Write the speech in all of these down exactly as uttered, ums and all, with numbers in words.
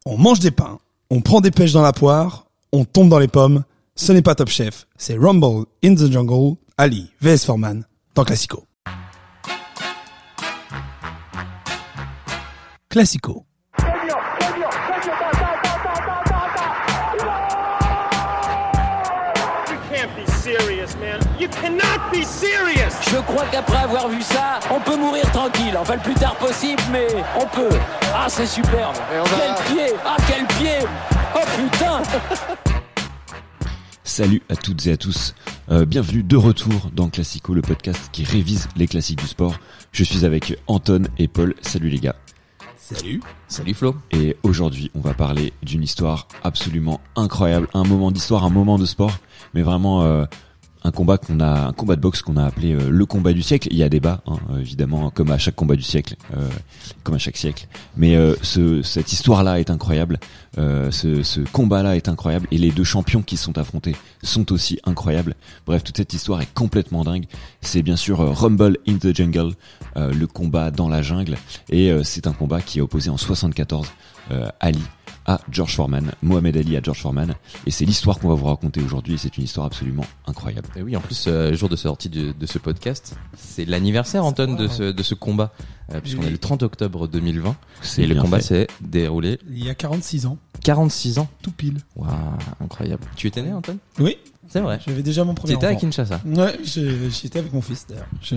On mange des pains, on prend des pêches dans la poire, on tombe dans les pommes. Ce n'est pas Top Chef, c'est Rumble in the Jungle, Ali vs Foreman dans Classico. Classico. Je crois qu'après avoir vu ça, on peut mourir tranquille. Enfin, le plus tard possible, mais on peut. Ah, c'est superbe. Va... Quel pied. Ah, quel pied. Oh, putain. Salut à toutes et à tous. Euh, bienvenue de retour dans Classico, le podcast qui révise les classiques du sport. Je suis avec Anton et Paul. Salut les gars. Salut. Salut Flo. Et aujourd'hui, on va parler d'une histoire absolument incroyable. Un moment d'histoire, un moment de sport. Mais vraiment... Euh, Un combat qu'on a, un combat de boxe qu'on a appelé euh, le combat du siècle. Il y a débat, hein, évidemment, comme à chaque combat du siècle, euh, comme à chaque siècle. Mais euh, ce, cette histoire-là est incroyable. Euh, ce, ce combat-là est incroyable, et les deux champions qui se sont affrontés sont aussi incroyables. Bref, toute cette histoire est complètement dingue. C'est bien sûr euh, Rumble in the Jungle, euh, le combat dans la jungle, et euh, c'est un combat qui a opposé en soixante-quatorze euh, Ali à George Foreman, Mohamed Ali à George Foreman, et c'est l'histoire qu'on va vous raconter aujourd'hui, et c'est une histoire absolument incroyable. Et oui, en plus, euh, le jour de sortie de, de ce podcast, c'est l'anniversaire, Anton, de ce, de ce combat, euh, puisqu'on oui. est le trente octobre deux mille vingt, C'est et le bien combat fait. s'est déroulé Il y a quarante-six ans, quarante-six ans. tout pile. Waouh, incroyable. Tu étais né, Anton? Oui, C'est vrai. j'avais déjà mon premier T'étais à enfant. Kinshasa. Ouais, je- j'y étais avec mon fils d'ailleurs. Je...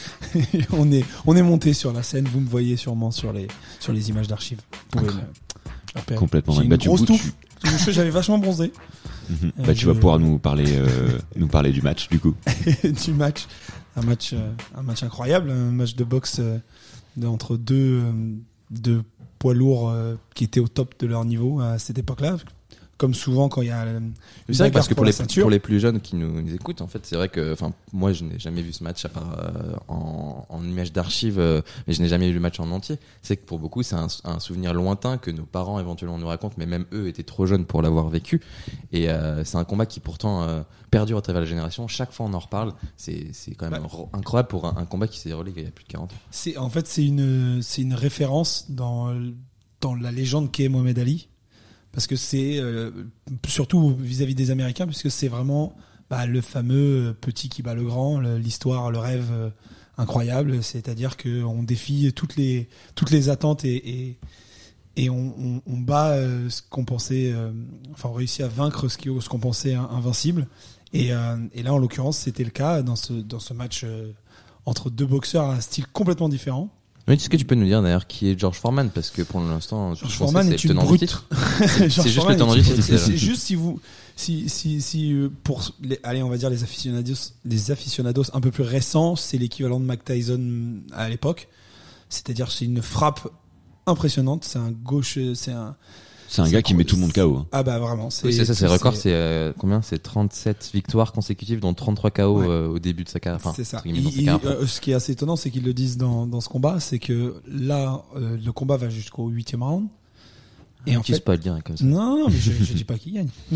on est on est monté sur la scène, vous me voyez sûrement sur les sur les images d'archives. Vous pouvez me- Après, Complètement J'ai dingue. une Bah, tu grosse bouges, touffe. Parce que J'avais vachement bronzé Mhm. Euh, Bah, tu je- vas pouvoir nous parler, euh, nous parler du match, du coup. du match, un match euh, un match incroyable, un match de boxe euh, de- entre deux euh, deux poids lourds euh, qui étaient au top de leur niveau à cette époque-là. Comme souvent quand il y a euh, une C'est vrai que parce que pour la les, ceinture. pour les plus jeunes qui nous, nous écoutent, en fait, c'est vrai que, enfin, moi, je n'ai jamais vu ce match à part euh, en, en image d'archives, euh, mais je n'ai jamais vu le match en entier. C'est que pour beaucoup, c'est un, un souvenir lointain que nos parents éventuellement nous racontent, mais même eux étaient trop jeunes pour l'avoir vécu. Et euh, c'est un combat qui pourtant euh, perdure à travers la génération. Chaque fois, on en reparle. C'est, c'est quand même Bah. ro- incroyable pour un, un combat qui s'est déroulé il y a plus de quarante ans. C'est en fait c'est une c'est une référence dans dans la légende qu'est Mohamed Ali, parce que c'est euh, surtout vis-à-vis des Américains, puisque c'est vraiment bah, le fameux petit qui bat le grand, le- l'histoire, le rêve euh, incroyable, c'est-à-dire que on défie toutes les toutes les attentes et et, et on, on, on bat euh, ce qu'on pensait, euh, enfin on réussit à vaincre ce qui- ce qu'on pensait in- invincible, et euh, et là en l'occurrence c'était le cas dans ce dans ce match euh, entre deux boxeurs à un style complètement différent. Oui, est-ce que tu peux nous dire d'ailleurs qui est George Foreman, parce que pour l'instant, je George pense Foreman que est c'est le une tenant du brute. titre. C'est c'est juste le tenant du titre, C'est c'est- c'est juste si vous, si si si euh, pour les, allez on va dire les aficionados, les aficionados un peu plus récents, c'est l'équivalent de Mike Tyson à l'époque. C'est-à-dire c'est une frappe impressionnante. C'est un gauche, c'est un. C'est un C'est gars qui cool. met tout le monde K O. hein. Ah bah vraiment. C'est Oui, c'est ça, c'est le record, c'est euh, combien? C'est trente-sept victoires consécutives, dont trente-trois K O Ouais. euh, au début de sa carrière. Enfin, c'est ça. entre guillemets, dans Il- sa il- carrière pro. euh, ce qui est assez étonnant, c'est qu'ils le disent dans dans ce combat, c'est que là euh, le combat va jusqu'au huitième round. Et en Qui fait, se peut le dire comme ça. non, non, mais je, je dis pas qui gagne. Mais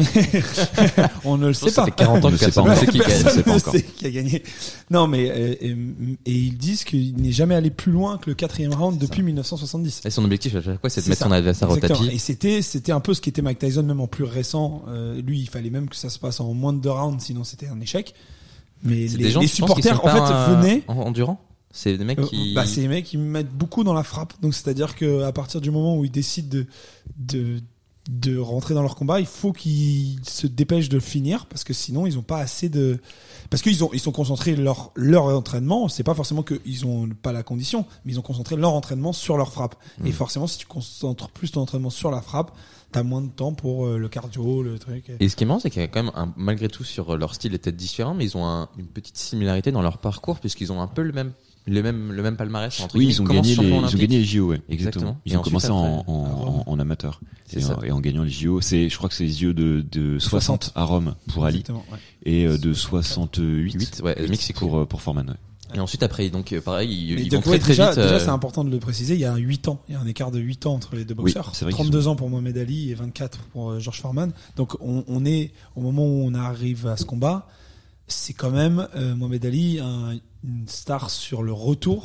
on ne le sait Ça pas. fait quarante ans On que ne sait personne pas ne sait qui gagne. Personne sait pas ne encore. sait qui a gagné. Non, mais euh, et, et ils disent qu'il n'est jamais allé plus loin que le quatrième round depuis dix-neuf cent soixante-dix. Et son objectif à chaque fois, c'est de C'est mettre ça. son adversaire au Exactement. tapis. Et c'était c'était un peu ce qu'était Mike Tyson, même en plus récent. Euh, lui, il fallait même que ça se passe en moins de deux rounds, sinon c'était un échec. Mais C'est les, des gens les tu penses, qui supporters, sont en fait, pas, euh, venaient. en- endurants. C'est des mecs Euh, qui. Bah, c'est les mecs qui mettent beaucoup dans la frappe. Donc, c'est-à-dire que à partir du moment où ils décident de, de, de rentrer dans leur combat, il faut qu'ils se dépêchent de finir, parce que sinon, ils ont pas assez de, parce qu'ils ont, ils sont concentrés leur, leur entraînement. C'est pas forcément qu'ils ont pas la condition, mais ils ont concentré leur entraînement sur leur frappe. Mmh. Et forcément, si tu concentres plus ton entraînement sur la frappe, t'as moins de temps pour euh, le cardio, le truc. Et ce qui est marrant, c'est qu'il y a quand même, un, malgré tout, sur leur style est peut-être différent, mais ils ont un- une petite similarité dans leur parcours, puisqu'ils ont un peu le même, le même, le même palmarès. Entre Oui, guillemets, ils ont commencent gagné les, champion ils ont olympique. gagné les J O, ouais. Exactement. Ils Et ont ensuite, commencé en, après- en, à Rome. en, en amateur. C'est Et, ça. en, et en gagnant les J O, c'est, je crois que c'est les J O de, de soixante à Rome pour Ali, Exactement, ouais. et euh, de soixante-huit Huit, ouais, le Mexique. pour, euh, pour Foreman, ouais. Et ensuite, après, donc, euh, pareil, ils, Mais ils donc, vont ouais, très très déjà, vite. déjà, euh, c'est important de le préciser. Il y a huit ans, il y a un écart de huit ans entre les deux Oui, boxeurs. c'est vrai qu'ils trente-deux ans pour Mohamed Ali et vingt-quatre pour euh, George Foreman. Donc, on, on est au moment où on arrive à ce combat, c'est quand même euh, Mohamed Ali, un, une star sur le retour.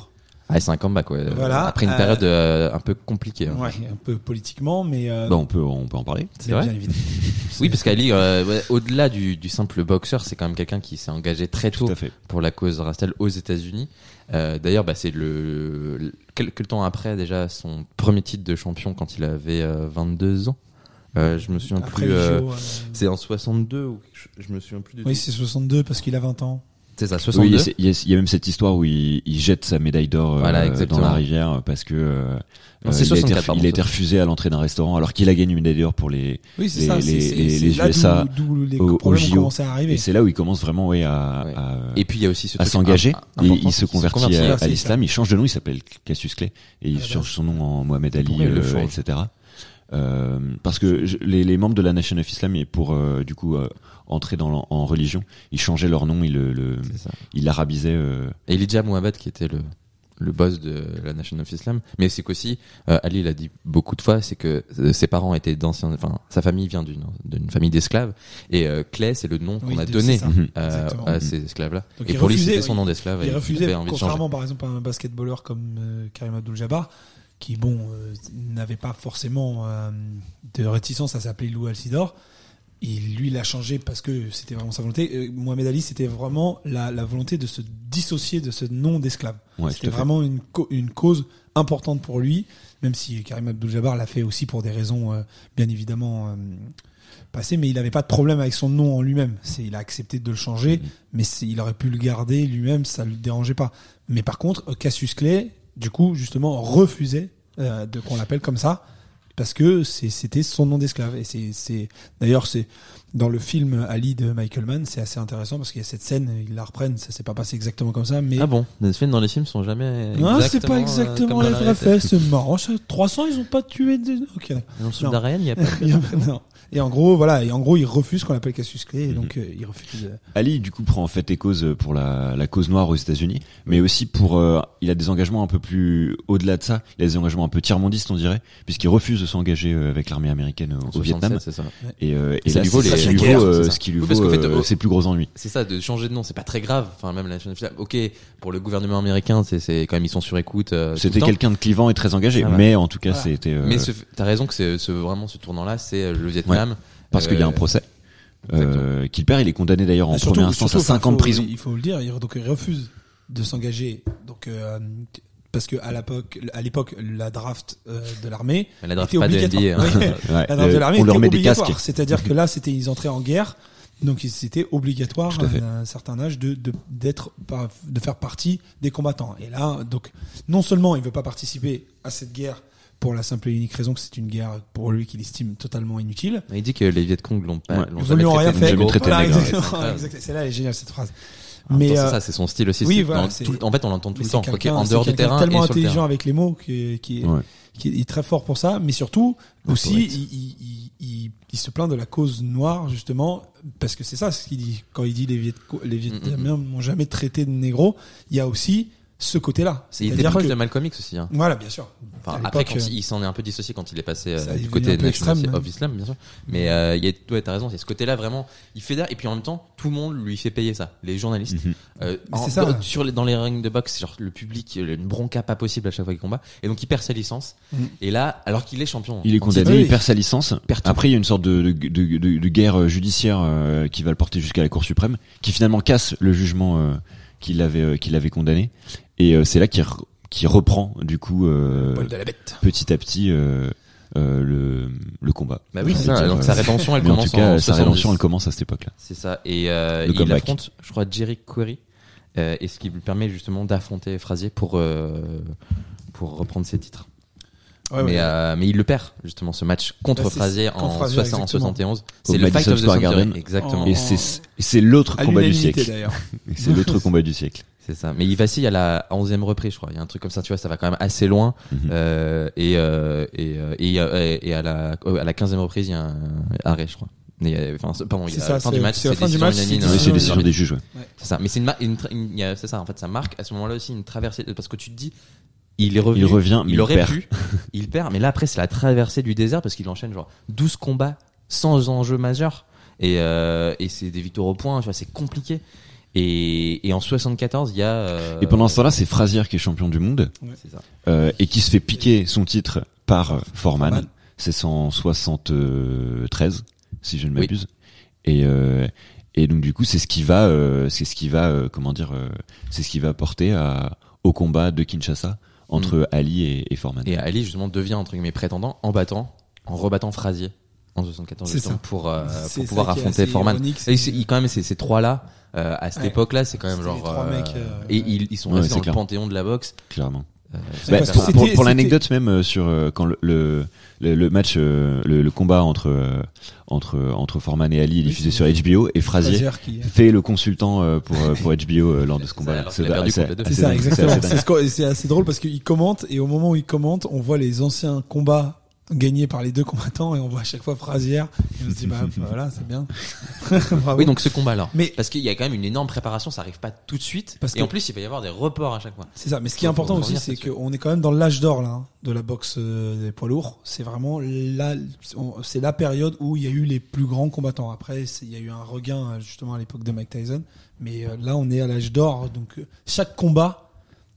Ah, c'est un comeback, ouais. Voilà, Après une euh, période euh, un peu compliquée. Hein. Ouais, un peu politiquement, mais. Euh, Bah, on peut, on peut en parler. C'est vrai. bien évidemment. Oui, parce qu'Ali, euh, ouais, au-delà du, du simple boxeur, c'est quand même quelqu'un qui s'est engagé très tôt Tout à fait. pour la cause raciale aux États-Unis. Euh, d'ailleurs, bah, c'est le, le quelques temps après déjà son premier titre de champion quand il avait euh, vingt-deux ans. Euh, je me souviens Après plus. les Euh, J O, euh, c'est en soixante-deux ou quelque chose, je me souviens plus du Oui, tout. c'est soixante-deux parce qu'il a vingt ans. C'est ça, Oui, soixante-deux. c'est- il y, a- il y a même cette histoire où il, il jette sa médaille d'or euh, Voilà, dans exactement. la rivière parce que euh, Non, euh, c'est il, a été, soixante-quatre, refu- pardon, il a été ça. refusé à l'entrée d'un restaurant alors qu'il a gagné une médaille d'or pour les Oui, c'est les, ça. les, c'est, c'est, les, c'est les là U S A d'où, d'où les au- au problèmes J ont O. commencé à arriver. Et c'est là où il commence vraiment ouais, à, Ouais. à, Et puis il y a aussi ce à truc s'engager. im- Et important, il se convertit à, Ah, à c'est l'islam. Il change de nom. Il s'appelle Cassius Clay et il À la change base. son nom en Mohamed Ali, Pourquoi il le euh, change et cetera. Euh, parce que je- les, les membres de la Nation of Islam, et pour euh, du coup euh, entrer dans l'en- en religion, ils changeaient leur nom, ils le, le C'est ça. ils l'arabisaient. Euh, Et Elijah Muhammad qui était le le boss de la Nation of Islam, mais c'est qu'aussi euh, Ali l'a dit beaucoup de fois, c'est que euh, ses parents étaient d'anciens, enfin sa famille vient d'une d'une famille d'esclaves et euh, Clay c'est le nom Oui, qu'on a de- donné c'est ça. Mhm. euh, Exactement. à ces esclaves-là. Donc Et il pour lui refusait- c'était son nom d'esclave. et Il refusait, avait envie de changer. contrairement par exemple à un basketballeur comme euh, Karim Abdul-Jabbar, qui bon euh, n'avait pas forcément euh, de réticence à s'appeler Lou Alcindor. Il, lui, il a changé parce que c'était vraiment sa volonté. Euh, Mohamed Ali, c'était vraiment la, la volonté de se dissocier de ce nom d'esclave. ouais, C'était tout à fait. vraiment une, co- une cause importante pour lui, même si Karim Abdul-Jabbar l'a fait aussi pour des raisons euh, bien évidemment euh, passées, mais il n'avait pas de problème avec son nom en lui-même. C'est, il a accepté de le changer, Mhm. mais c'est, il aurait pu le garder lui-même, ça ne le dérangeait pas. Mais par contre, euh, Cassius Clay, du coup, justement, refusait euh, de qu'on l'appelle comme ça, parce que c'est, c'était son nom d'esclave. Et c'est, c'est, d'ailleurs, c'est dans le film Ali de Michael Mann, c'est assez intéressant parce qu'il y a cette scène, ils la reprennent, ça s'est pas passé exactement comme ça, mais Ah bon, les films dans les films sont jamais non, c'est pas euh, exactement comme dans les la vrais réalité. faits, c'est marrant. ça, trois cents, ils ont pas tué des... Ok. Dans le soldat Non. Ryan, il y a pas. Il y a- non. Et en gros, voilà, et en gros, il refuse ce qu'on appelle Cassius Clay, et donc euh, il refuse. euh, Ali, du coup, prend en fait et cause pour la, la cause noire aux États-Unis, mais aussi pour, euh, il a des engagements un peu plus au-delà de ça. Il a des engagements un peu tiers-mondistes, on dirait, puisqu'il refuse de s'engager euh, avec l'armée américaine au, En au Vietnam. soixante-sept, c'est ça. Et, euh, et Ça là, lui vaut c'est les- ce qui lui la guerre, vaut, euh, c'est ça. ce qui lui Oui, parce vaut qu'en fait, euh, oh, ses plus gros ennuis. C'est ça, de changer de nom, c'est pas très grave. Enfin, même la Nation of Islam. Ok, pour le gouvernement américain, c'est, c'est quand même ils sont sur écoute. euh, tout C'était le temps. quelqu'un de clivant et très engagé, Ah bah. mais en tout cas, Voilà. c'était euh, Mais ce, t'as raison que c'est ce, vraiment ce tournant-là, c'est euh, le Vietnam. parce qu'il y a un Euh, procès euh, qu'il perd. Il est condamné d'ailleurs en ah, surtout- première instance surtout, à cinq enfin, ans de faut- prison. Il faut le dire, il, donc il refuse de s'engager. Donc, euh, parce que à l'époque, à l'époque, la draft euh, de l'armée La draft était pas de obligatoire. N B A, hein. Ouais. Ouais, La draft de euh, l'armée on leur était met des obligatoire. casques. C'est-à-dire que là, c'était ils entraient en guerre, donc c'était obligatoire Tout à fait. à un certain âge de de d'être par- de faire partie des combattants. Et là, donc non seulement il veut pas participer à cette guerre pour la simple et unique raison que c'est une guerre pour lui qu'il estime totalement inutile. Il dit que les Viet Cong l'ont pas, Ouais. l'ont Ils jamais lui ont rien traité de fait. jamais négro. traité de Voilà, nègre. exactement. Ouais, c'est incroyable. Exact- Celle-là, elle est géniale cette phrase. En même temps, Mais c'est euh, ça, c'est son style aussi. oui, c'est voilà, dans c'est- tout le- en fait, on l'entend tout mais le c'est temps. Ok, quelqu'un- en c'est dehors du quelqu'un terrain tellement et sur le intelligent terrain. avec les mots qui, qui, est, Ouais. qui est très fort pour ça, mais surtout aussi poète. il, il, il, il, il se plaint de la cause noire justement parce que c'est ça ce qu'il dit quand il dit les Viet les Vietnamiens m'ont jamais traité de négro. Il y a aussi ce côté-là, Il était c'est-à-dire proche que de Malcolm X aussi. Hein. voilà, bien sûr. Enfin, À après, l'époque, quand euh, il, il s'en est un peu dissocié quand il est passé Ça euh, est du devenu côté un peu Nation extrême, of ouais. Islam, bien sûr. Mais euh, il y a, ouais, t'as raison, il y a ce côté-là vraiment, il fédère et puis en même temps, tout le monde lui fait payer ça. Les journalistes, Mhm. euh, Mais en- c'est ça. dans- sur les, dans les rings de boxe, genre le public, il a une bronca pas possible à chaque fois qu'il combat, et donc il perd sa licence. Mhm. Et là, alors qu'il est champion, Il est en condamné, titre. il perd sa licence. Perd tout. Après, il y a une sorte de, de, de, de, de guerre judiciaire euh, qui va le porter jusqu'à la Cour suprême, qui finalement casse le jugement euh, qu'il avait, euh, qu'il avait condamné. Et euh, c'est là qu'il re- qu'il reprend du coup euh, Poil de la bête. petit à petit euh, euh, le, le combat. Bah oui, c'est On va ça. dire, Donc euh, sa rédemption, elle mais en commence tout cas, en sa soixante-dix. rédemption, elle commence à cette époque-là. C'est ça. Et euh, Le il comeback. affronte, je crois, Jerry Query, euh, et ce qui lui permet justement d'affronter Frazier pour euh, pour reprendre ses titres. Ouais, mais ouais. euh, mais il le perd justement ce match contre Bah, c'est- Frazier contre en, Frazier, soixante en exactement. soixante et onze. Au C'est le Madison fight of the Square century. Garden. Exactement. En- Et c'est c'est l'autre À combat du l'unanimité, siècle. d'ailleurs. Et c'est l'autre combat du siècle. C'est ça. Mais il vacille à la onzième reprise, je crois. Il y a un truc comme ça, tu vois, ça va quand même assez loin. Mhm. Euh, et, euh, et, euh, et, euh, et à la euh, à la quinzième reprise, il y a un arrêt, je crois. Mais, euh, enfin, c'est- pardon, il y C'est a ça, la fin c'est- du match, c'est la fin du décision match, unanime, c'est Oui, euh, c'est décision décision des juges. Ouais. C'est ça. Mais c'est une, ma- une, tra- une- il y a- c'est ça. En fait, ça marque à ce moment-là aussi une traversée parce que tu te dis, il est revenu, Il revient, mais il il aurait perd. pu, il perd. Mais là après, c'est la traversée du désert parce qu'il enchaîne genre douze combats sans enjeu majeur et euh, et c'est des victoires au point. Tu vois, c'est compliqué. Et, et en soixante-quatorze, il y a. Euh... Et pendant ce temps-là, c'est Frazier qui est champion du monde, ouais. c'est ça. Euh, et qui se fait piquer son titre par euh, Foreman. Foreman. C'est cent soixante-treize, si je ne m'abuse. Oui. Et euh, et donc du coup, c'est ce qui va, euh, c'est ce qui va, euh, comment dire, euh, c'est ce qui va porter à, au combat de Kinshasa entre mmh. Ali et, et Foreman. Et Ali justement devient entre guillemets prétendant en battant, en rebattant Frazier en soixante-quatorze pour euh, pour pouvoir affronter Foreman. Ironique, et c'est, quand même ces, ces trois là euh, à cette ouais. époque-là, c'est quand même genre trois euh, mecs, euh, et ils, ils sont ouais, restés dans clair. le panthéon de la boxe. Clairement. Euh, bah, parce pour, que pour, c'était, pour c'était... l'anecdote même euh, sur euh, quand le le, le, le match euh, le, le combat entre euh, entre entre Foreman et Ali est diffusé oui, sur H B O et Frazier, Frazier qui... fait le consultant euh, pour euh, pour H B O euh, lors de ce combat. C'est, c'est, c'est, c'est ça exactement. C'est, c'est, c'est assez drôle parce qu'il commente et au moment où il commente, on voit les anciens combats gagnés par les deux combattants et on voit à chaque fois Frazier et on se dit bah voilà c'est bien. Oui donc ce combat là mais parce qu'il y a quand même une énorme préparation, ça arrive pas tout de suite parce et que en plus il va y avoir des reports à chaque fois. C'est ça, mais ce qui est important aussi c'est qu'on est quand même dans l'âge d'or là hein, de la boxe euh, des poids lourds, c'est vraiment là c'est la période où il y a eu les plus grands combattants. Après il y a eu un regain justement à l'époque de Mike Tyson, mais euh, là on est à l'âge d'or donc euh, chaque combat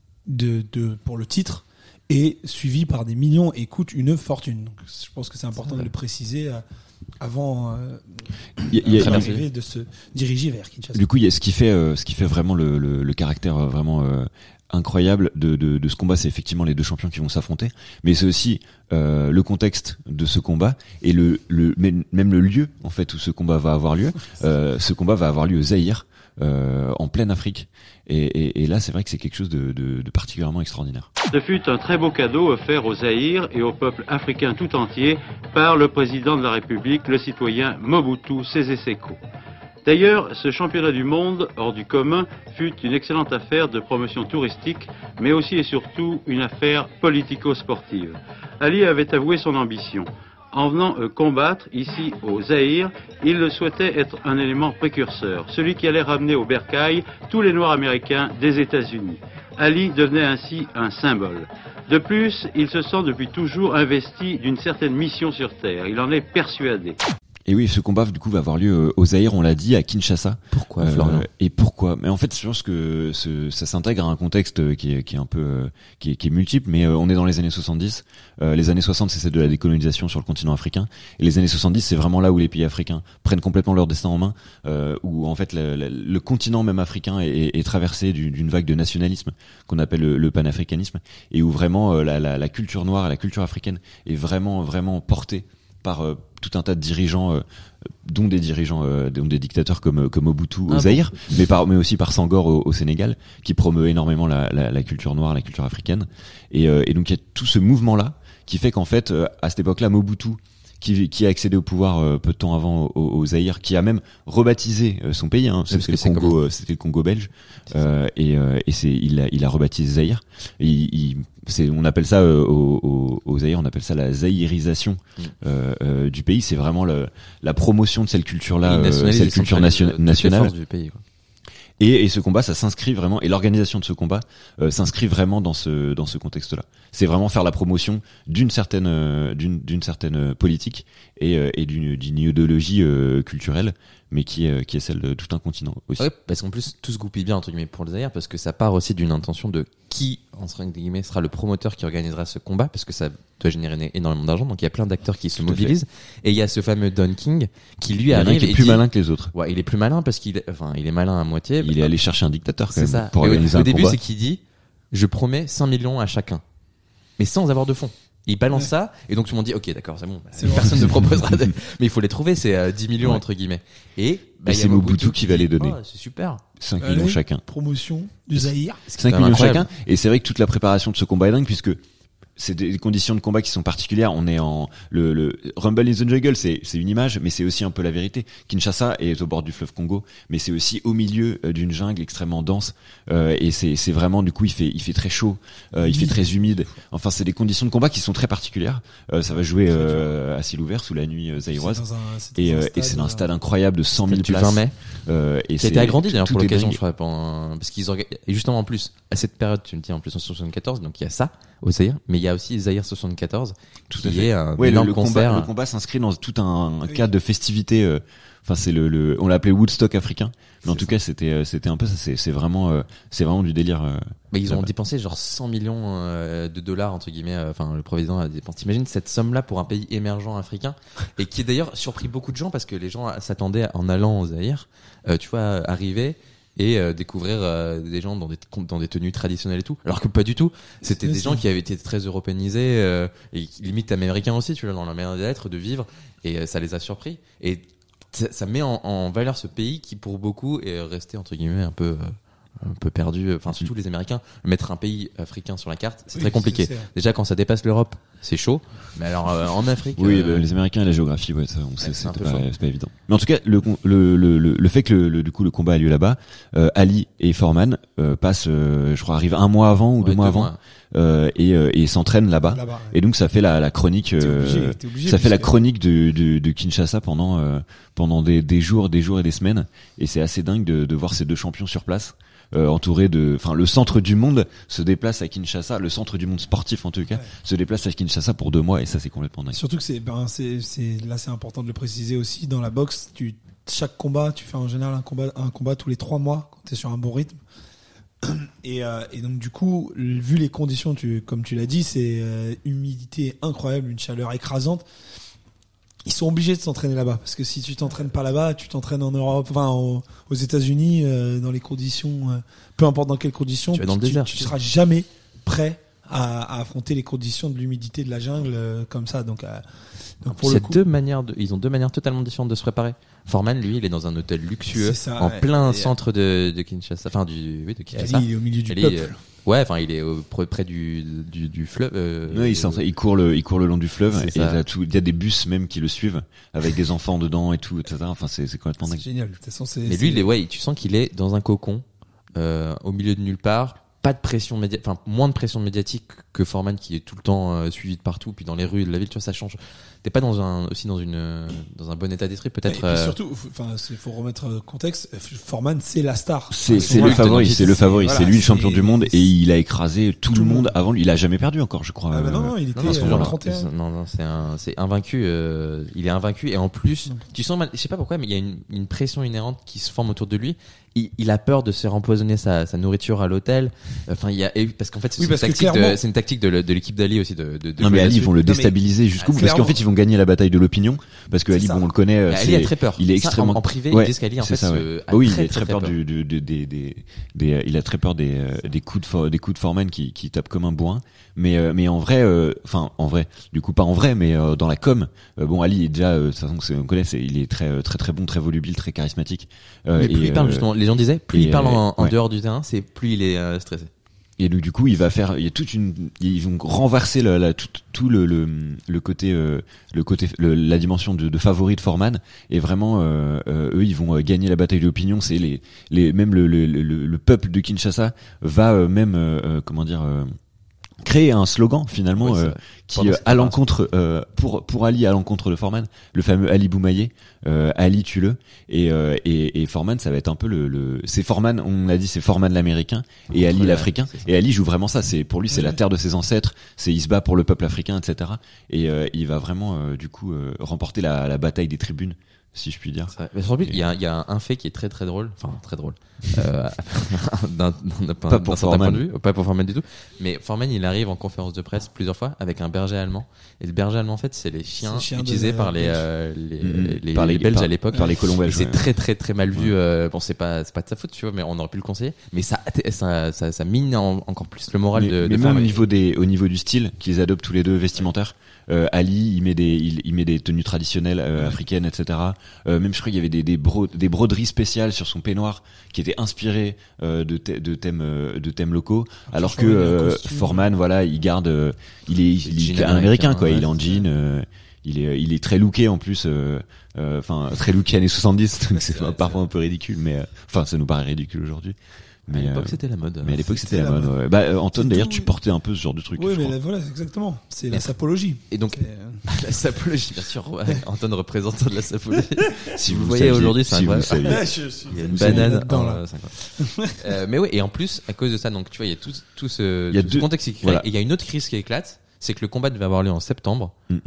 de de pour le titre est suivi par des millions et coûte une fortune. Donc, je pense que c'est important c'est de le préciser euh, avant euh, d'arriver de se diriger vers Kinshasa. Du coup, il y a ce qui fait, euh, ce qui fait vraiment le, le, le caractère euh, vraiment euh, incroyable de, de, de ce combat, c'est effectivement les deux champions qui vont s'affronter, mais c'est aussi euh, le contexte de ce combat et le, le même le lieu en fait où ce combat va avoir lieu. Euh, ce combat va avoir lieu au Zaïre, euh, en pleine Afrique. Et, et, et là, c'est vrai que c'est quelque chose de, de, de particulièrement extraordinaire. Ce fut un très beau cadeau offert au Zaïre et au peuple africain tout entier par le président de la République, le citoyen Mobutu Sese Seko. D'ailleurs, ce championnat du monde hors du commun fut une excellente affaire de promotion touristique, mais aussi et surtout une affaire politico-sportive. Ali avait avoué son ambition. En venant euh, combattre ici au Zaïre, il souhaitait être un élément précurseur, celui qui allait ramener au bercail tous les Noirs américains des États-Unis. Ali devenait ainsi un symbole. De plus, il se sent depuis toujours investi d'une certaine mission sur Terre. Il en est persuadé. Et oui, ce combat du coup va avoir lieu au Zaïre, on l'a dit, à Kinshasa. Pourquoi, Florian ? euh, Et pourquoi ? Mais en fait, je pense que ce, ça s'intègre à un contexte qui est, qui est un peu, euh, qui est, qui est multiple. Mais euh, on est dans les années soixante-dix. Euh, les années soixante, c'est celle de la décolonisation sur le continent africain. Et les années soixante-dix, c'est vraiment là où les pays africains prennent complètement leur destin en main, euh, où en fait le, le, le continent même africain est, est traversé d'une, d'une vague de nationalisme qu'on appelle le, le panafricanisme, et où vraiment euh, la, la, la culture noire, la culture africaine est vraiment, vraiment portée par euh, tout un tas de dirigeants, euh, dont des dirigeants, euh, dont des dictateurs comme comme Mobutu au ah Zaïre, bon. mais par mais aussi par Senghor au, au Sénégal, qui promeut énormément la, la, la culture noire, la culture africaine. Et, euh, et donc il y a tout ce mouvement là qui fait qu'en fait euh, à cette époque-là, Mobutu, qui, qui a accédé au pouvoir euh, peu de temps avant au, au Zaïre, qui a même rebaptisé euh, son pays, hein, c'était, le Congo, euh, c'était le Congo belge, euh, et, euh, et c'est il a il a rebaptisé Zaïre. Et il, il c'est on appelle ça euh, au, au, au Zaïre, on appelle ça la zaïrisation mm. euh, euh, du pays. C'est vraiment le, la promotion de cette culture-là, euh, cette culture nation, nationale du pays, quoi. Et, et ce combat, ça s'inscrit vraiment, et l'organisation de ce combat euh, s'inscrit vraiment dans ce dans ce contexte-là. C'est vraiment faire la promotion d'une certaine euh, d'une d'une certaine politique et euh, et d'une d'une idéologie euh, culturelle, mais qui est qui est celle de tout un continent aussi. Ouais, parce qu'en plus tout se goupille bien entre guillemets pour le Zaïre, parce que ça part aussi d'une intention de qui entre guillemets sera le promoteur qui organisera ce combat, parce que ça doit générer énormément d'argent. Donc il y a plein d'acteurs qui se tout mobilisent, et il y a ce fameux Don King qui lui arrive qui est plus dit, malin que les autres. Ouais, il est plus malin parce qu'il est, enfin il est malin à moitié. Il est allé chercher un dictateur quand c'est même ça. pour et organiser au, un au début combat. C'est qu'il dit je promets cinq millions à chacun, mais sans avoir de fonds. Il balance ouais. ça, et donc tout le monde dit ok d'accord c'est bon, c'est personne ne proposera des... mais il faut les trouver, c'est euh, dix millions ouais. entre guillemets, et, bah, et c'est Mobutu qui va les donner. Oh, c'est super, cinq millions chacun, promotion du Zaïre, cinq millions incroyable. Chacun. Et c'est vrai que toute la préparation de ce combat est dingue, puisque c'est des conditions de combat qui sont particulières. On est en le, le Rumble in the Jungle, c'est c'est une image, mais c'est aussi un peu la vérité. Kinshasa est au bord du fleuve Congo, mais c'est aussi au milieu d'une jungle extrêmement dense, euh, et c'est c'est vraiment, du coup il fait il fait très chaud, euh, il fait très humide. Enfin c'est des conditions de combat qui sont très particulières. Euh, ça va jouer euh, à ciel ouvert sous la nuit euh, zaïroise, et euh, et c'est un stade incroyable de cent mille places. vingt mai. Euh, et qui a été agrandi d'ailleurs pour l'occasion, je crois, pendant... parce qu'ils orga... et justement en plus à cette période, tu me dis en plus en soixante-quatorze, donc il y a ça au Zaïre, mais il y a aussi Zaïre soixante-quatorze, tout qui à fait. Est un ouais, énorme le, le concert. Combat, le combat s'inscrit dans tout un, un cadre de festivité. Euh, enfin, c'est le, le, on l'appelait Woodstock africain, Mais en tout cas, c'était c'était un peu ça. C'est c'est vraiment euh, c'est vraiment du délire. Euh, Mais ils ont là-bas. dépensé genre cent millions euh, de dollars entre guillemets. Enfin, euh, le président a dépensé. T'imagines cette somme-là pour un pays émergent africain et qui est d'ailleurs surpris beaucoup de gens parce que les gens s'attendaient en allant au Zaïre, euh, tu vois, arriver et euh, découvrir euh, des gens dans des dans des tenues traditionnelles et tout, alors que pas du tout. C'était Mais des c'est... gens qui avaient été très européanisés euh, et limite américains aussi, tu vois, dans la manière d'être, de vivre, et euh, ça les a surpris. Et ça, ça met en, en valeur ce pays qui, pour beaucoup, est resté entre guillemets un peu euh, un peu perdu. Enfin, surtout les Américains, mettre un pays africain sur la carte, c'est Oui, très compliqué. c'est, c'est... Déjà, quand ça dépasse l'Europe, c'est chaud. Mais alors euh, en Afrique, Oui, euh, bah, les Américains et la géographie, ouais, ça, on sait, ouais, c'est c'est, un peu pas, chaud. c'est pas évident. Mais en tout cas, le le le le, le fait que le, le du coup le combat a lieu là-bas, euh, Ali et Foreman euh, passent, euh, je crois, arrivent un mois avant ou ouais, deux mois deux avant, mois. euh, et euh, et s'entraînent là-bas. Là-bas, ouais. Et donc ça fait la la chronique, T'es euh, obligé, t'es obligé, ça fait la que... chronique de, de de Kinshasa pendant euh, pendant des des jours, des jours et des semaines. Et c'est assez dingue de de voir ces deux champions sur place. Euh, entouré de, enfin, le centre du monde se déplace à Kinshasa, le centre du monde sportif en tout cas, ouais. se déplace à Kinshasa pour deux mois et ça c'est complètement dingue. Surtout que c'est, ben, c'est, c'est, là c'est important de le préciser aussi, dans la boxe, tu, chaque combat, tu fais en général un combat, un combat tous les trois mois quand t'es sur un bon rythme. Et, euh, et donc du coup, vu les conditions, tu, comme tu l'as dit, c'est euh, humidité incroyable, une chaleur écrasante. Ils sont obligés de s'entraîner là-bas parce que si tu t'entraînes pas là-bas, tu t'entraînes en Europe, enfin au, aux États-Unis, euh, dans les conditions, euh, peu importe dans quelles conditions, Tu vas dans le tu, désert, tu tu sais. seras jamais prêt à, à affronter les conditions de l'humidité de la jungle euh, comme ça. Donc, euh, donc pour Il y le a coup, deux manières de, ils ont deux manières totalement différentes de se préparer. Foreman, lui, il est dans un hôtel luxueux, C'est ça, en ouais. plein Et, centre de, de Kinshasa, enfin du, oui, de Kinshasa. Ali, il est au milieu du Ali, peuple. euh, ouais, enfin, il est au, près près du, du, du fleuve. Euh, Ouais, il, s'entraîne- il court le, il court le long du fleuve C'est et il ça. y a tout, il y a des bus même qui le suivent avec des enfants dedans et tout, et cetera. Enfin, c'est, c'est complètement C'est dingue. génial. De toute façon, c'est, Mais c'est- lui, il est, ouais, tu sens qu'il est dans un cocon, euh, au milieu de nulle part. Pas de pression médiatique, enfin moins de pression médiatique que Foreman qui est tout le temps euh, suivi de partout, puis dans les rues de la ville, tu vois, ça change. T'es pas dans un aussi dans une euh, dans un bon état d'esprit peut-être. Et puis euh, surtout, enfin, il faut remettre le contexte. Foreman, c'est la star. C'est, Enfin, c'est son- le favori, c'est le favori, voilà, c'est lui le champion c'est- du monde et il a écrasé tout, tout le le monde monde. avant lui. Il a jamais perdu encore, je crois. Ah bah non, Euh, non, il était Non, non, ce euh, jour-là, trente et un. non, non, c'est un, c'est invaincu. Euh, il est invaincu et en plus, tu sens, mal- je sais pas pourquoi, mais il y a une, une pression inhérente qui se forme autour de lui. Il, il a peur de se faire empoisonner sa, sa nourriture à l'hôtel. Enfin, il y a et parce qu'en fait, c'est, Oui, une, parce que tactique clairement- de, c'est une tactique de, le- de l'équipe d'Ali aussi de. de, de Non mais jouer Ali, ils là-dessus. vont le Non, mais- déstabiliser jusqu'au bout Ah, parce qu'en clairement. fait ils vont gagner la bataille de l'opinion parce que C'est Ali, ça. bon, on le connaît, euh, Mais c'est, Ali a très peur. il est Ça, extrêmement en, en privé, ouais, ils disent qu'Ali en c'est fait ça, se- ouais. a Oui, très, il a très, très, peur très du, du, du- des, des, des, euh, il a très peur des, euh, des coups de, for- des coups de Foreman qui, qui tapent comme un bourrin. Mais, euh, mais en vrai, euh, enfin, en vrai, du coup, pas en vrai, mais euh, dans la com, euh, bon, Ali est déjà, euh, de toute façon, c'est- on connaît, c'est, il est très, euh, très, très bon, très volubile, très charismatique. Euh, Mais plus et, il parle euh, justement, les gens disaient, plus et, il parle en, en ouais. dehors du terrain, c'est plus il est euh, stressé. Et donc, du coup, il va faire, il y a toute une, ils vont renverser la, la, tout, tout le, le, le côté, euh, le côté, le, la dimension de, de favori de Foreman. Et vraiment, euh, euh, eux, ils vont euh, gagner la bataille de l'opinion. C'est les, les, même le, le, le, le peuple de Kinshasa va euh, même, euh, euh, comment dire, euh, créer un slogan finalement Ouais, c'est euh, vrai. qui Pendant euh, cette à préparation. l'encontre euh, pour pour Ali à l'encontre de Foreman, le fameux Ali Boumaillé, euh, Ali tue-le et, euh, et et Foreman ça va être un peu le, le c'est Foreman, on l'a dit, c'est Foreman l'américain et Ali Ouais, l'africain, c'est ça. et Ali joue vraiment ça, c'est pour lui c'est Ouais. la terre de ses ancêtres, c'est il se bat pour le peuple africain, etc. Et euh, il va vraiment euh, du coup euh, remporter la, la bataille des tribunes, si je puis dire. C'est vrai. Mais sur le but, il y a, il y a un fait qui est très très drôle, enfin très drôle, euh, d'un, d'un, Pas d'un pour certain point Foreman. de vue, pas pour Foreman du tout. Mais Foreman, il arrive en conférence de presse plusieurs fois avec un berger allemand. Et le berger allemand, en fait, c'est les chiens, C'est les chiens de utilisés la par les, Belge. euh, les, Mhm. les, Par les Belges par- à l'époque. par les colons Et belges. c'est ouais. très très très mal vu. Ouais. Euh, bon, c'est pas c'est pas de sa faute, tu vois, mais on aurait pu le conseiller. Mais ça ça ça, ça mine en- encore plus le moral mais, de. mais de même Foreman. au niveau des au niveau du style qu'ils adoptent tous les deux vestimentaire, euh, Ali il met des il, il met des tenues traditionnelles euh, Ouais. africaines, etc. Euh, même je crois qu'il y avait des des, bro- des broderies spéciales sur son peignoir qui étaient inspirées euh, de thè- de thèmes euh, de thèmes locaux, alors que Foreman, il a un euh, costume. Foreman voilà il garde euh, il est C'est il jean est un américain américain, quoi, ouais, il est en c'est jean. euh, il est il est très looké en plus, euh, euh, enfin très looké années soixante-dix, donc c'est vrai, parfois un peu ridicule, mais euh, enfin ça nous paraît ridicule aujourd'hui. À Mais, l'époque, euh, c'était la mode. mais à l'époque c'était C'était la la mode. mode. Ouais. Bah euh, Antoine C'est d'ailleurs tout. tu portais un peu ce genre de truc. Oui, je mais crois. là, voilà, exactement. C'est la Mais- sapologie. Et donc, C'est, euh, la sapologie, bien sûr. Ouais, Anton représentant de la sapologie. Si vous vous voyez saviez, aujourd'hui, c'est si vous incroyable. saviez. ouais, je suis- Il y a une je suis banane là-dedans, en, là. euh, cinquante. euh, mais oui, et en plus, à cause de ça, donc tu vois, il y a tout, tout ce, Il y a tout ce deux- contexte qui crée. voilà. Et il y a une autre crise qui éclate, c'est que le combat devait avoir lieu en septembre. Mm, mm.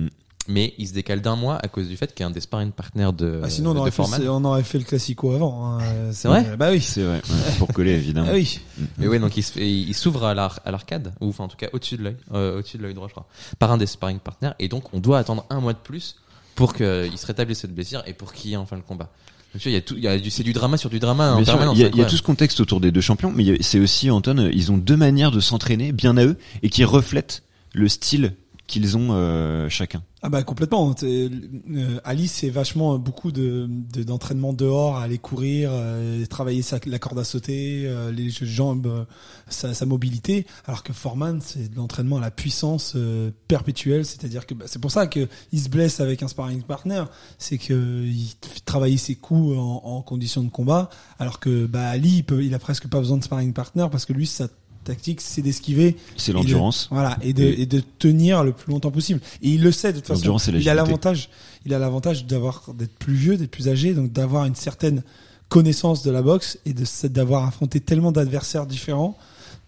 mais il se décale d'un mois à cause du fait qu'il y a un des sparring partners de, ah, sinon on de aurait, fait, Foreman. on aurait fait le classico avant. Hein. C'est vrai? Bah oui. C'est vrai, ouais, pour coller évidemment. Ah oui. Et ouais, donc il, se fait, il s'ouvre à, l'ar- à l'arcade, ou enfin en tout cas au-dessus de l'œil, euh, au-dessus de l'œil droit, je crois, par un des sparring partners, et donc on doit attendre un mois de plus pour qu'il se rétablisse cette blessure et pour qu'il y ait enfin le combat. Donc, tu vois, il y a tout, il y a du, c'est du drama sur du drama en Bien sûr, permanence. il y a, il y a tout ce contexte autour des deux champions, mais il y a- c'est aussi, Anton, ils ont deux manières de s'entraîner bien à eux et qui reflètent le style qu'ils ont euh, chacun. Ah bah complètement. T'es- euh, Ali, c'est vachement beaucoup de, de d'entraînement dehors, aller courir, euh, travailler sa, la corde à sauter, euh, les jambes, euh, sa, sa mobilité. Alors que Foreman, c'est de l'entraînement à la puissance euh, perpétuelle. C'est-à-dire que bah, c'est pour ça que il se blesse avec un sparring partner, c'est que il fait travailler ses coups en, en conditions de combat. Alors que bah Ali, il, peut, il a presque pas besoin de sparring partner parce que lui, ça tactique, c'est d'esquiver. C'est et de- l'endurance. Voilà, et de, Et- et de tenir le plus longtemps possible. Et il le sait de toute façon. L'endurance et Il a l'agilité. l'avantage, il a l'avantage d'avoir d'être plus vieux, d'être plus âgé, donc d'avoir une certaine connaissance de la boxe et de d'avoir affronté tellement d'adversaires différents.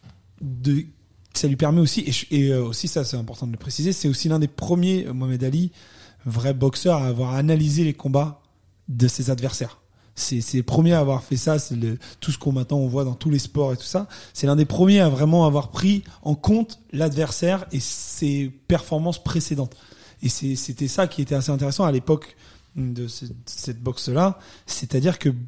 De, ça lui permet aussi, et, je- et euh, aussi ça c'est important de le préciser, c'est aussi l'un des premiers euh, Mohamed Ali, vrai boxeur, à avoir analysé les combats de ses adversaires. C'est, c'est le premier à avoir fait ça, c'est le, tout ce qu'on maintenant on voit dans tous les sports et tout ça. C'est l'un des premiers à vraiment avoir pris en compte l'adversaire et ses performances précédentes. Et c'est, c'était ça qui était assez intéressant à l'époque de ce- cette boxe-là. C'est-à-dire que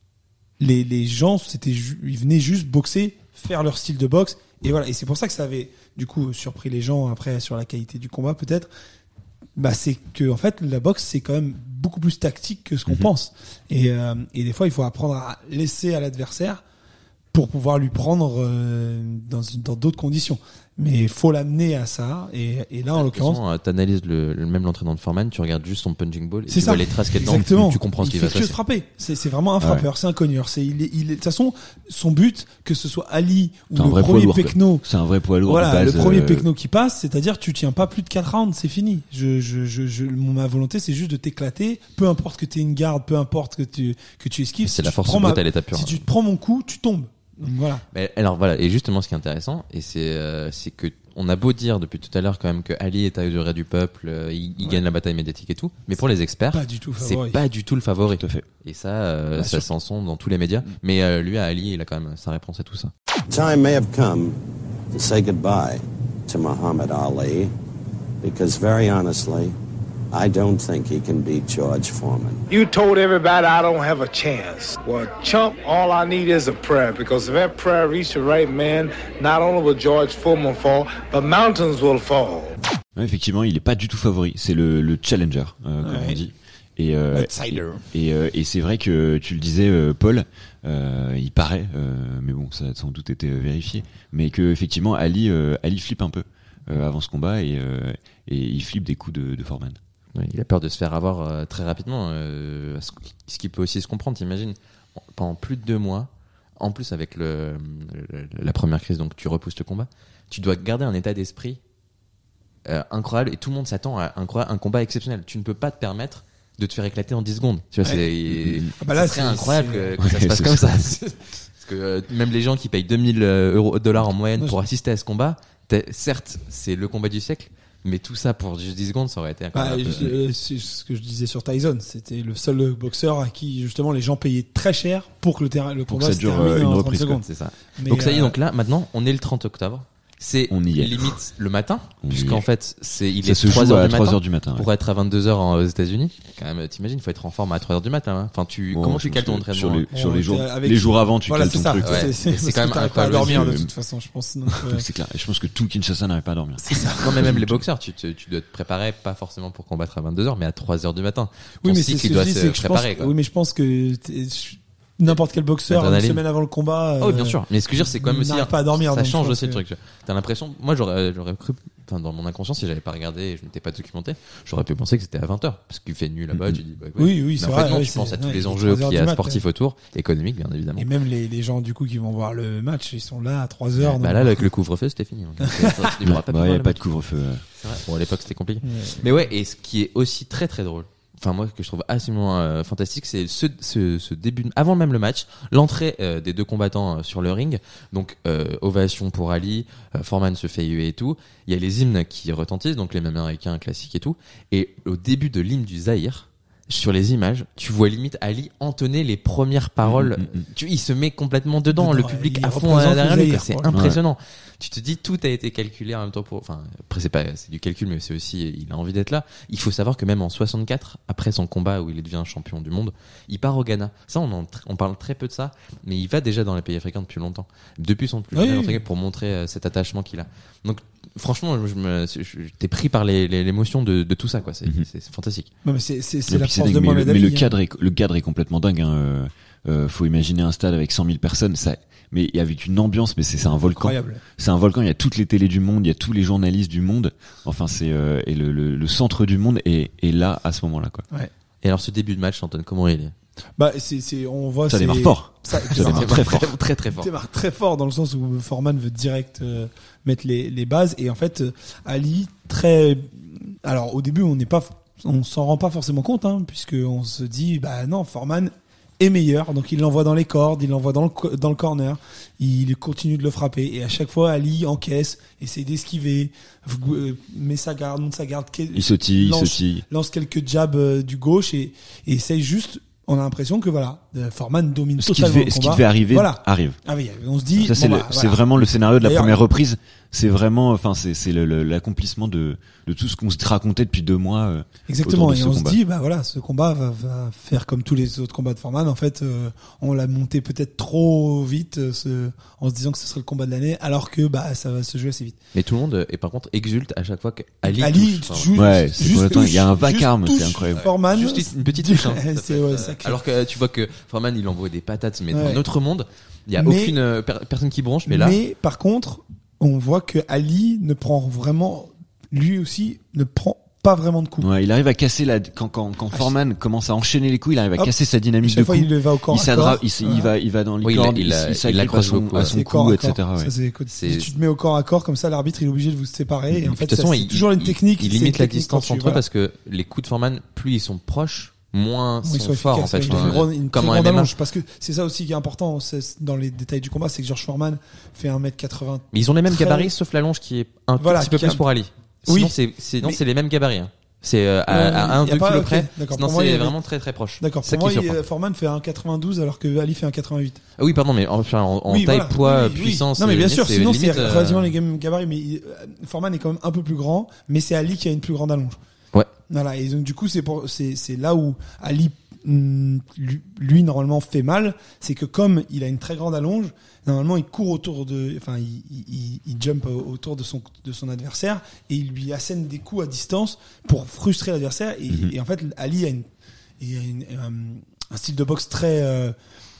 les, les gens, c'était, ju- ils venaient juste boxer, faire leur style de boxe. Et voilà. Et c'est pour ça que ça avait, du coup, surpris les gens après sur la qualité du combat, peut-être. Bah, c'est que, en fait, la boxe, c'est quand même beaucoup plus tactique que ce qu'on Mhm. pense. Et, euh, et des fois, il faut apprendre à laisser à l'adversaire pour pouvoir lui prendre euh, dans, une- dans d'autres conditions. Mais il faut l'amener à ça. Et, et là, en l'occurrence, euh, t'analyses le, le même l'entraînement de Foreman, tu regardes juste son punching ball et c'est tu ça. vois les traces qu'il y a dedans, Exactement. tu, tu comprends ce qui il va fait se que passer. frapper. C'est, c'est vraiment un Ah frappeur, c'est un cogneur. C'est, il est, il est, de toute façon, son but, que ce soit Ali ou C'est un le vrai poids premier lourd, quoi. Pecno, C'est un vrai poids lourd. voilà, de base, le premier euh, Pecno qui passe, c'est-à-dire tu tiens pas plus de quatre rounds, c'est fini. Je, je, je, je, mon- ma volonté, c'est juste de t'éclater, peu importe que tu aies une garde, peu importe que tu, que tu esquives. C'est si la tu force prends ma- brute à l'état pur. Si tu te prends mon coup, tu tombes. Donc voilà. Mais alors voilà, et justement ce qui est intéressant, et c'est euh, c'est que on a beau dire depuis tout à l'heure quand même que Ali est à durée du peuple, euh, il, il Ouais. gagne la bataille médiatique et tout, mais pour les experts, Pas du tout c'est favori. pas du tout le favori. Tout à fait. Et ça, euh, Bah, ça surtout- s'en sent dans tous les médias. Mais euh, lui, à Ali, il a quand même sa réponse à tout ça. Time may have come to say goodbye to Muhammad Ali because, very honestly, I don't think he can beat George Foreman. You told everybody I don't have a chance. Well, chump, all I need is a prayer, because if that prayer reached the right man, not only will George Foreman fall, but mountains will fall. Ouais, effectivement, il est pas du tout favori. C'est le, le challenger, euh, comme Ouais. on dit. Et, euh, Outsider. et, euh, et c'est vrai que tu le disais, euh, Paul, euh, il paraît, euh, mais bon, ça a sans doute été euh, vérifié, mais que effectivement, Ali, euh, Ali flippe un peu euh, avant ce combat et, euh, et il flippe des coups de, de Foreman. Ouais, il a peur de se faire avoir euh, très rapidement, euh, ce ce qui peut aussi se comprendre, t'imagines, pendant plus de deux mois, en plus avec le, le- la première crise, donc tu repousses le combat, tu dois garder un état d'esprit euh, incroyable et tout le monde s'attend à un, un combat exceptionnel. Tu ne peux pas te permettre de te faire éclater en dix secondes. Tu vois, Ouais. c'est, Ah bah là, ça serait c'est- incroyable c'est- que, que ça Ouais, se passe c'est comme ça. ça. Parce que euh, même les gens qui payent deux mille euros, dollars en moyenne Ouais, pour je- assister à ce combat, t'es- certes, c'est le combat du siècle, mais tout ça pour juste dix secondes, ça aurait été un combat Bah, un peu- je- c'est ce que je disais sur Tyson. C'était le seul boxeur à qui, justement, les gens payaient très cher pour que le, terrain, le Pour combat que ça se dure, termine euh, une en trente reprise, quoi. secondes. C'est ça. Mais, Donc ça y est, euh, donc là, maintenant, on est le trente octobre. C'est On y est. limite le matin, On y puisqu'en est. fait, c'est, il Ça est se trois joue heures à du trois matin. heures du matin. ouais. Pour être à vingt-deux heures aux États-Unis, quand même, t'imagines, il faut être en forme à trois heures du matin. Hein. Enfin, tu, Bon, comment je tu pense cales ton que entraînement sur les, Bon, sur les jours, c'est avec- les jours avant, tu voilà, cales c'est ton ça. truc. Ouais. C'est, c'est, Mais c'est parce quand que même t'arrives pas à incroyable dormir aussi, de mais- toute façon, je pense. Donc, euh, C'est clair. Et je pense que tout Kinshasa n'arrive pas à dormir. Non, mais même les boxeurs, tu, te- tu dois te préparer, pas forcément pour combattre à vingt-deux heures, mais à trois heures du matin. Ton oui, mais cycle, c'est ce il que doit je dis, se c'est que je pense, préparer. que- quoi. oui, mais je pense que t'es- n'importe quel boxeur, une L'adrénaline. semaine avant le combat. Ah oui, bien euh, sûr. Mais ce que je veux dire, c'est quand même aussi, n'arrive pas à dormir, ça donc je change pense aussi le que- truc. tu vois. T'as l'impression, moi j'aurais, j'aurais cru, enfin, dans mon inconscient, si j'avais pas regardé et je m'étais pas documenté, j'aurais pu penser que c'était à vingt heures. Parce qu'il fait nuit là-bas, tu dis, bah, ouais. Oui, oui, Mais c'est en vrai. fait, non, ouais, tu penses c'est- à tous ouais, les il est enjeux trois heures qu'il y du a mat, sportifs autour, économiques, bien évidemment. Et même les, les gens, du coup, qui vont voir le match, ils sont là à trois heures. Bah donc- là, avec le couvre-feu, c'était fini. Donc, tu n'auras pas pu Bah, voir il y a le pas match. de couvre-feu. euh. C'est vrai. Bon, à l'époque, c'était compliqué. Ouais. Mais ouais, et ce qui est aussi très très drôle, enfin moi que je trouve absolument euh, fantastique, c'est ce, ce, ce début, avant même le match, l'entrée euh, des deux combattants euh, sur le ring. Donc euh, ovation pour Ali, euh, Foreman se fait huer et tout. Il y a les hymnes qui retentissent, donc les américains classiques et tout. Et au début de l'hymne du Zaïre, sur les images, tu vois limite Ali entonner les premières paroles. Mmh, mmh. Tu, il se met complètement dedans, dedans le public à fond derrière lui. C'est quoi. Impressionnant. Ouais. Tu te dis, tout a été calculé en même temps pour, enfin, après c'est pas, c'est du calcul, mais c'est aussi, il a envie d'être là. Il faut savoir que même en soixante-quatre, après son combat où il devient champion du monde, il part au Ghana. Ça, on en, on parle très peu de ça, mais il va déjà dans les pays africains depuis longtemps. Depuis son plus jeune oui, oui. pour montrer euh, cet attachement qu'il a. Donc, franchement, je me, je, t'es pris par les, les, l'émotion de, de tout ça, quoi. C'est, mm-hmm. c'est, c'est fantastique. Non, mais c'est, c'est, c'est la force de Mohamed Ali. Mais le cadre, hein. est, le cadre est complètement dingue. Hein. Euh, euh, faut imaginer un stade avec cent mille personnes, ça, mais avec une ambiance, mais c'est, c'est un volcan. Incroyable. C'est un volcan. Il y a toutes les télés du monde, il y a tous les journalistes du monde. Enfin, c'est euh, et le, le, le centre du monde est, est là à ce moment-là, quoi. Ouais. Et alors, ce début de match, Antoine, comment il est? Bah, c'est, c'est, on voit. Ça c'est... démarre fort. Ça, ça démarre très fort. Très, très, très fort. Ça démarre très fort dans le sens où Foreman veut direct euh, mettre les, les bases et en fait, euh, Ali très. Alors, au début, on n'est pas, on s'en rend pas forcément compte, hein, puisque on se dit, bah non, Foreman est meilleur, donc il l'envoie dans les cordes, il l'envoie dans le dans le corner, il continue de le frapper et à chaque fois Ali encaisse, essaie d'esquiver, euh, met sa garde, monte sa garde, il sautille, lance, il sautille, lance quelques jabs euh, du gauche et, et essaye juste. On a l'impression que voilà, Foreman domine ce totalement qui devait, le combat. Ce qui devait arriver voilà. arrive. Ah oui, on se dit. Ça c'est, bon le, bah, c'est voilà. vraiment le scénario de la D'ailleurs, première reprise. C'est vraiment, enfin c'est c'est le, le, l'accomplissement de de tout ce qu'on se racontait depuis deux mois. Euh, Exactement. Et on combat. se dit bah voilà, ce combat va, va faire comme tous les autres combats de Foreman. En fait, euh, on l'a monté peut-être trop vite, euh, ce, en se disant que ce serait le combat de l'année, alors que bah ça va se jouer assez vite. Mais tout le monde et par contre exulte à chaque fois que Ali, Ali touche. Joue, ouais, c'est juste touche, il y a un vacarme, c'est incroyable. Foreman, juste une petite touche. Hein, c'est, ouais, ça alors que tu vois que Foreman il envoie des patates, mais ouais. dans notre monde, il y a mais, aucune euh, per- personne qui bronche, mais là. Mais par contre, on voit que Ali ne prend vraiment, lui aussi, ne prend pas vraiment de coups. Ouais, il arrive à casser la quand quand quand ah, Foreman commence à enchaîner les coups, il arrive à hop, casser sa dynamique de coups. Il va au corps il s'adra, il, voilà. il va il va dans les oui, cordes, il, a, il, il, il accroche à son, à son cou, et cetera. Ouais. Ça, c'est, c'est... Si tu te mets au corps à corps comme ça, l'arbitre il est obligé de vous séparer. Et en fait, de toute façon, c'est il, toujours une technique. Il, il limite la distance entre eux voilà. parce que les coups de Foreman, plus ils sont proches, moins ils sont, sont forts efficaces, en fait. Une, grande, une comme très en grande M M A. allonge, parce que c'est ça aussi qui est important c'est, dans les détails du combat, c'est que George Foreman fait un mètre quatre-vingts. Mais ils ont les mêmes très... gabarits sauf l'allonge qui est un voilà, petit peu plus a... pour Ali. Sinon oui, c'est sinon mais... c'est les mêmes gabarits. Hein. C'est euh, à, à un deux kilos près. Sinon c'est avait... vraiment très très proche. D'accord. Pour moi, il, Foreman fait un quatre-vingt-douze alors que Ali fait un quatre-vingt-huit. Ah oui, pardon, mais en, en, en oui, taille, voilà. poids, oui, oui, puissance. Oui. Non, mais bien sûr. C'est sinon, limite, c'est euh... relativement les mêmes gabarits, mais il, Foreman est quand même un peu plus grand, mais c'est Ali qui a une plus grande allonge. Ouais. Voilà. Et donc du coup, c'est pour, c'est, c'est là où Ali, lui, lui normalement fait mal, c'est que comme il a une très grande allonge. Normalement, il court autour de, enfin, il, il, il jump autour de son, de son adversaire et il lui assène des coups à distance pour frustrer l'adversaire. Et, mm-hmm. et en fait, Ali a, une, il a une, un, un style de boxe très. Euh,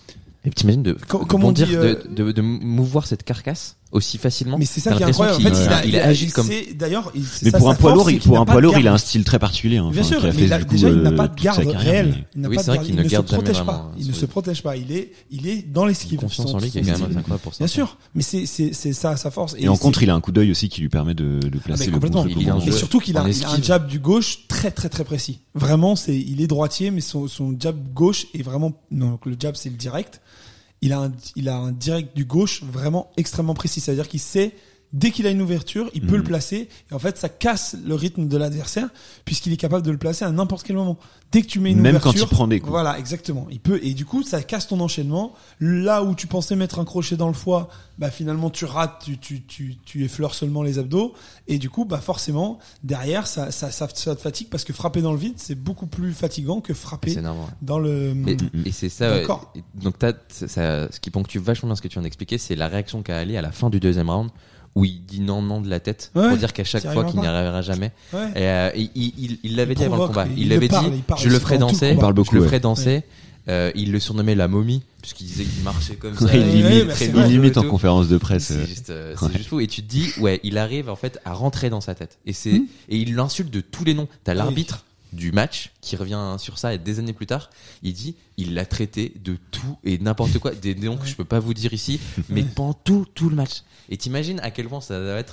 et t'imagines de, com- comment dire, euh, de, de, de mouvoir cette carcasse aussi facilement. Mais c'est ça qui est incroyable. En fait, il, a, il, il est agile comme. D'ailleurs, il, mais ça, pour un poids lourd, il, pour un poids lourd, il a un style très particulier. Hein. Bien enfin, sûr, mais il a, déjà, il n'a pas de garde réelle. Il n'a oui, pas c'est vrai qu'il il ne ne garde se protège jamais pas. Il ne se protège pas. Il est, il est dans l'esquive. Confiance en lui qui est quand même incroyable pour ça. Bien sûr, mais c'est, c'est, c'est ça sa force. Et en contre, il a un coup d'œil aussi qui lui permet de, de placer le bon truc. Et surtout qu'il a un jab du gauche très très très précis. Vraiment, c'est, il est droitier, mais son, son jab gauche est vraiment, non, le jab c'est le direct. Il a un, il a un direct du gauche vraiment extrêmement précis. C'est-à-dire qu'il sait, dès qu'il a une ouverture, il mmh. peut le placer. Et en fait, ça casse le rythme de l'adversaire puisqu'il est capable de le placer à n'importe quel moment. Dès que tu mets une Même ouverture. Même quand il prend des coups. Voilà, exactement. Il peut, et du coup, ça casse ton enchaînement. Là où tu pensais mettre un crochet dans le foie, bah, finalement, tu rates, tu, tu, tu, tu effleures seulement les abdos. Et du coup, bah, forcément, derrière, ça, ça, ça, ça te fatigue parce que frapper dans le vide, c'est beaucoup plus fatigant que frapper énorme, ouais. dans le, et, et c'est ça, ouais. Donc, t'as, ça, ce qui ponctue vachement bien ce que tu viens d'expliquer, c'est la réaction qu'a Ali à la fin du deuxième round. Où il dit non non de la tête ouais, pour dire qu'à chaque fois qu'il n'y arrivera jamais. Ouais. Et, euh, il, il, il l'avait il dit avant le combat. Il, il l'avait parle, dit, il parle je le ferai danser. Il parle beaucoup, je le ouais. ferai danser. Ouais. Euh, il le surnommait la momie puisqu'il disait qu'il marchait comme ça. Ouais, il limite, ouais, il limite en conférence de presse. C'est juste, euh, c'est ouais. juste fou. Et tu te dis, ouais, il arrive en fait à rentrer dans sa tête. Et c'est mmh. et il l'insulte de tous les noms. T'as l'arbitre. Oui. Du match qui revient sur ça et des années plus tard il dit il l'a traité de tout et n'importe quoi des noms que je peux pas vous dire ici mais pendant tout tout le match et t'imagines à quel point ça doit être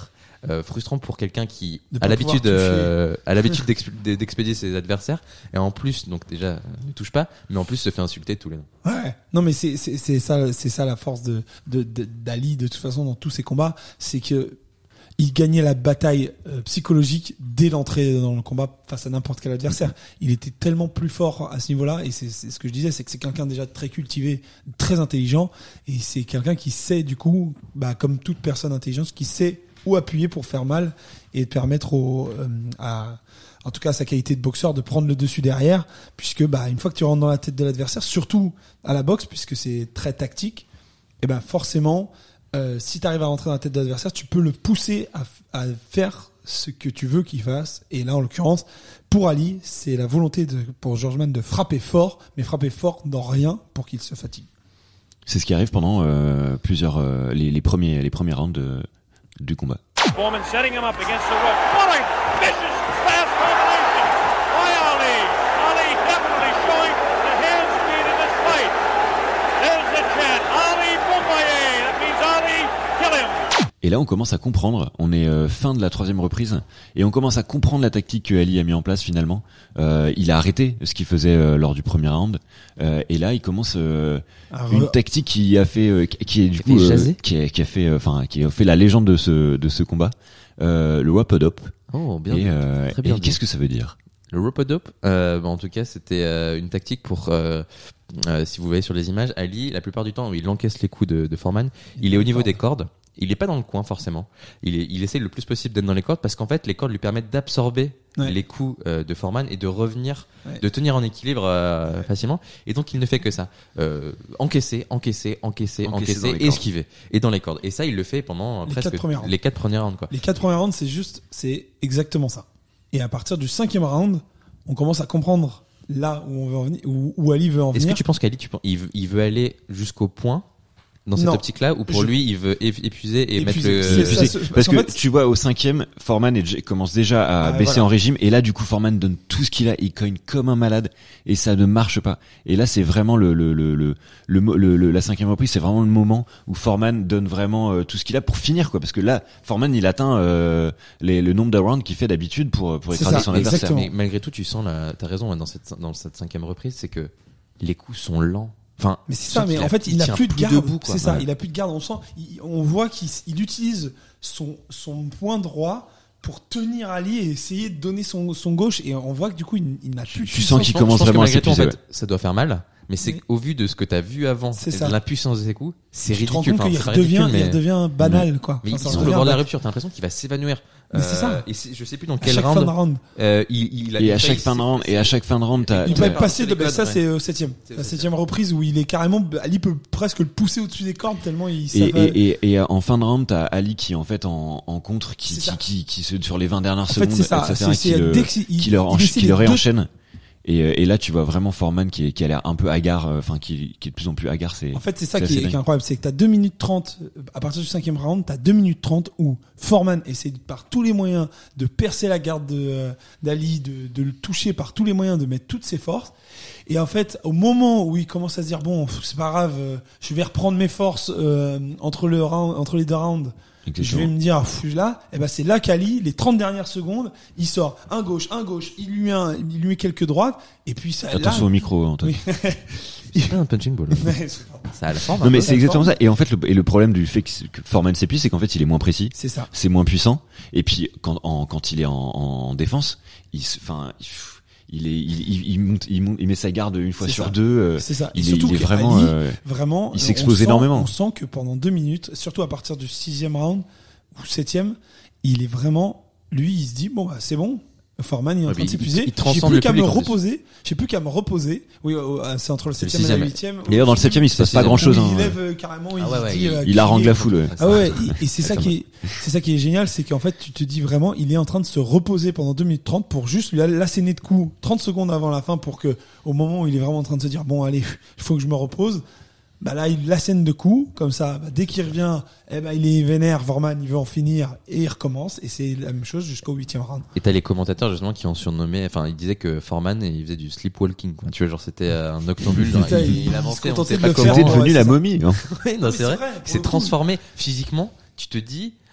euh, frustrant pour quelqu'un qui De a pas l'habitude, pouvoir toucher. euh, a l'habitude d'exp- d'expédier ses adversaires et en plus, donc déjà euh, ne touche pas, mais en plus se fait insulter tous les deux. Ouais. Non, mais c'est c'est c'est ça c'est ça la force de de de- d'Ali de toute façon dans tous ses combats, c'est que il gagnait la bataille euh, psychologique dès l'entrée dans le combat face à n'importe quel adversaire. Il était tellement plus fort à ce niveau-là, et c'est, c'est ce que je disais, c'est que c'est quelqu'un déjà de très cultivé, très intelligent, et c'est quelqu'un qui sait du coup, bah, comme toute personne intelligente, qui sait où appuyer pour faire mal et permettre au, euh, à, en tout cas à sa qualité de boxeur de prendre le dessus derrière, puisque bah une fois que tu rentres dans la tête de l'adversaire, surtout à la boxe, puisque c'est très tactique, et ben forcément. Euh, si tu arrives à rentrer dans la tête de l'adversaire, tu peux le pousser à, à faire ce que tu veux qu'il fasse. Et là, en l'occurrence, pour Ali, c'est la volonté de, pour George Mann de frapper fort, mais frapper fort dans rien pour qu'il se fatigue. C'est ce qui arrive pendant euh, plusieurs euh, les, les premiers les premiers rounds de, du combat. Foreman setting him up against the rope. What a vicious, fast combination by Ali. Ali definitely showing the hand speed in this fight. There's the chant. Ali Boumaier. That means Ali, kill him. Et là, on commence à comprendre. On est euh, fin de la troisième reprise et on commence à comprendre la tactique que Ali a mis en place finalement. Euh, il a arrêté ce qu'il faisait euh, lors du premier round euh, et là, il commence euh, Alors, une tactique qui a fait, euh, qui est du Qui a coup, fait euh, jaser. qui, a, qui a fait, enfin, euh, qui a fait la légende de ce de ce combat. Euh, le Wapodop. Oh, bien. Et, dit. euh, Très bien et dit. qu'est-ce que ça veut dire? Le rope-a-dope, euh, bah, en tout cas, c'était euh, une tactique pour, euh, euh, si vous voyez sur les images, Ali, la plupart du temps, il encaisse les coups de, de Foreman. Il est au niveau des cordes. Il est pas dans le coin forcément. Il, est, il essaie le plus possible d'être dans les cordes parce qu'en fait, les cordes lui permettent d'absorber Ouais. les coups euh, de Foreman et de revenir, Ouais. de tenir en équilibre euh, facilement. Et donc, il ne fait que ça. Euh, encaisser, encaisser, encaisser, Encaisser dans encaisser, les cordes. esquiver. Et dans les cordes. Et ça, il le fait pendant Les presque quatre premiers rounds. les quatre premières rounds, quoi. Les quatre premiers rounds, c'est juste, c'est exactement ça. Et à partir du cinquième round, on commence à comprendre là où on veut en venir, où, où Ali veut en Est-ce venir. que tu penses qu'Ali, tu penses, il, veut, il veut aller jusqu'au point dans cette Non. optique-là, ou pour Je- lui, il veut é- épuiser et Épuiser. mettre C'est le. ça, Épuisé. c'est- Parce parce que qu'en fait- tu vois, au cinquième, Foreman est déjà- commence déjà à Ah, baisser voilà. en régime, et là, du coup, Foreman donne tout ce qu'il a, il cogne comme un malade, et ça ne marche pas. Et là, c'est vraiment le, le, le, le, le, mo- le- le- la cinquième reprise, c'est vraiment le moment où Foreman donne vraiment euh, tout ce qu'il a pour finir, quoi. Parce que là, Foreman, il atteint euh, les, le nombre de rounds qu'il fait d'habitude pour, pour C'est écraser ça, son adversaire. exactement. Mais malgré tout, tu sens la, t'as raison, hein, dans cette, dans cette cinquième reprise, c'est que les coups sont lents. Enfin, Mais c'est tu ça, sens mais qu'il en a- fait, il n'a tient plus de garde. debout, quoi. C'est ça, Ouais. il a plus de garde. On sent, il- on voit qu'il s- il utilise son, son point droit pour tenir Ali et essayer de donner son, son gauche. Et on voit que du coup, il, il n'a plus de Tu sens puissance. qu'il Je pense- commence je pense que vraiment à malgré tout, en s'épuiser. fait, ça doit faire mal. Mais c'est Oui. au vu de ce que t'as vu avant, C'est et ça. de la puissance de ses coups, c'est Tu te rends ridicule. compte Enfin, qu'il c'est pas redevient, ridicule, il mais, redevient banal, quoi. mais Enfin, ils ça sont redevient le bord de la banal. rupture. T'as l'impression qu'il va s'évanouir. Mais c'est ça. Et c'est- je sais plus dans À quel chaque fin round. de round. euh, il, il a Et il à a chaque failli fin de round, et à chaque fin de round, t'as, Il Ouais, peut t'as- être passé c'est de, les bah, codes, ça ouais. c'est au septième. C'est au La septième. septième reprise où il est carrément, Ali peut presque le pousser au-dessus des cordes tellement il Et, savait. et, et, et en fin de round, t'as Ali qui en fait en, en contre, qui, C'est qui, ça. qui, qui se sur les vingt dernières En fait, secondes, c'est ça. et cetera, C'est- qui c'est le, dès qu'il- qui le, il encha- essaie qui le les deux- réenchaîne. Et, euh, et là, tu vois vraiment Foreman qui, est, qui a l'air un peu hagard, euh, enfin qui, qui est de plus en plus hagard. C'est En fait, c'est ça c'est qui assez est, qui est dingue. incroyable, c'est que t'as deux minutes trente, euh, à partir du cinquième round, t'as deux minutes trente où Foreman essaie de- par tous les moyens de percer la garde de, euh, d'Ali, de, de le toucher par tous les moyens, de mettre toutes ses forces. Et en fait, au moment où il commence à se dire, bon, pff, c'est pas grave, euh, je vais reprendre mes forces euh, entre, le round, entre les deux rounds, je Exactement. vais me dire, pff, je suis là, et ben c'est là qu'Ali, les trente dernières secondes, il sort un gauche, un gauche, il lui met, un, il lui met quelques droites, et puis ça, là, Attention au micro, Antoine. Oui. C'est pas un punching ball. Ouais, c'est pas- Ça a la forme. Non un mais peu. c'est exactement ça. Et en fait, le, et le problème du fait que, que Foreman s'épuise, c'est qu'en fait, il est moins précis, c'est ça. c'est moins puissant. Et puis quand, en, quand il est en, en défense, il, se- enfin, il, il est, il, il, il monte, il monte, il met sa garde une fois C'est sur ça. deux. euh, C'est ça. Et il, est, surtout il est que vraiment. Ali, euh, Vraiment, il euh, s'explose on sent- énormément. On sent que pendant deux minutes, surtout à partir du sixième round ou septième, il est vraiment, lui, il se dit bon bah c'est bon. Foreman il est en Ouais, train de mais il- s'épuiser. il J'ai transcende plus le qu'à me public, en plus. reposer. J'ai plus qu'à me reposer. Oui, euh, c'est entre le C'est le septième et le sixième. huitième. D'ailleurs, dans le septième, il se passe C'est pas le grand chose. Où Hein. il lève euh, carrément. Ah il ouais, ouais, dit, il- euh, Il harangue qu'il- la foule. Ouais. Ah ouais, et et c'est ça Ça qui est, c'est ça qui est génial, c'est qu'en fait, tu te dis vraiment, il est en train de se reposer pendant deux minutes trente pour juste lui l'asséner de coups trente secondes avant la fin pour que, au moment où il est vraiment en train de se dire, bon, allez, il faut que je me repose, bah là, il l'assène de coups, comme ça, bah, dès qu'il revient, eh ben, il est vénère, Foreman, il veut en finir, et il recommence, et c'est la même chose jusqu'au huitième round. Et t'as les commentateurs justement qui ont surnommé, enfin ils disaient que Foreman il faisait du sleepwalking, quoi. Tu vois, genre c'était euh, un octambule, genre, Putain, il, il- il il avançait, se on contentait sait de pas le comment. faire. C'était devenu ouais, la c'est ça. momie. Hein. Ouais, non, mais c'est c'est vrai. vrai, pour Il s'est le coup. transformé physiquement. Tu te dis,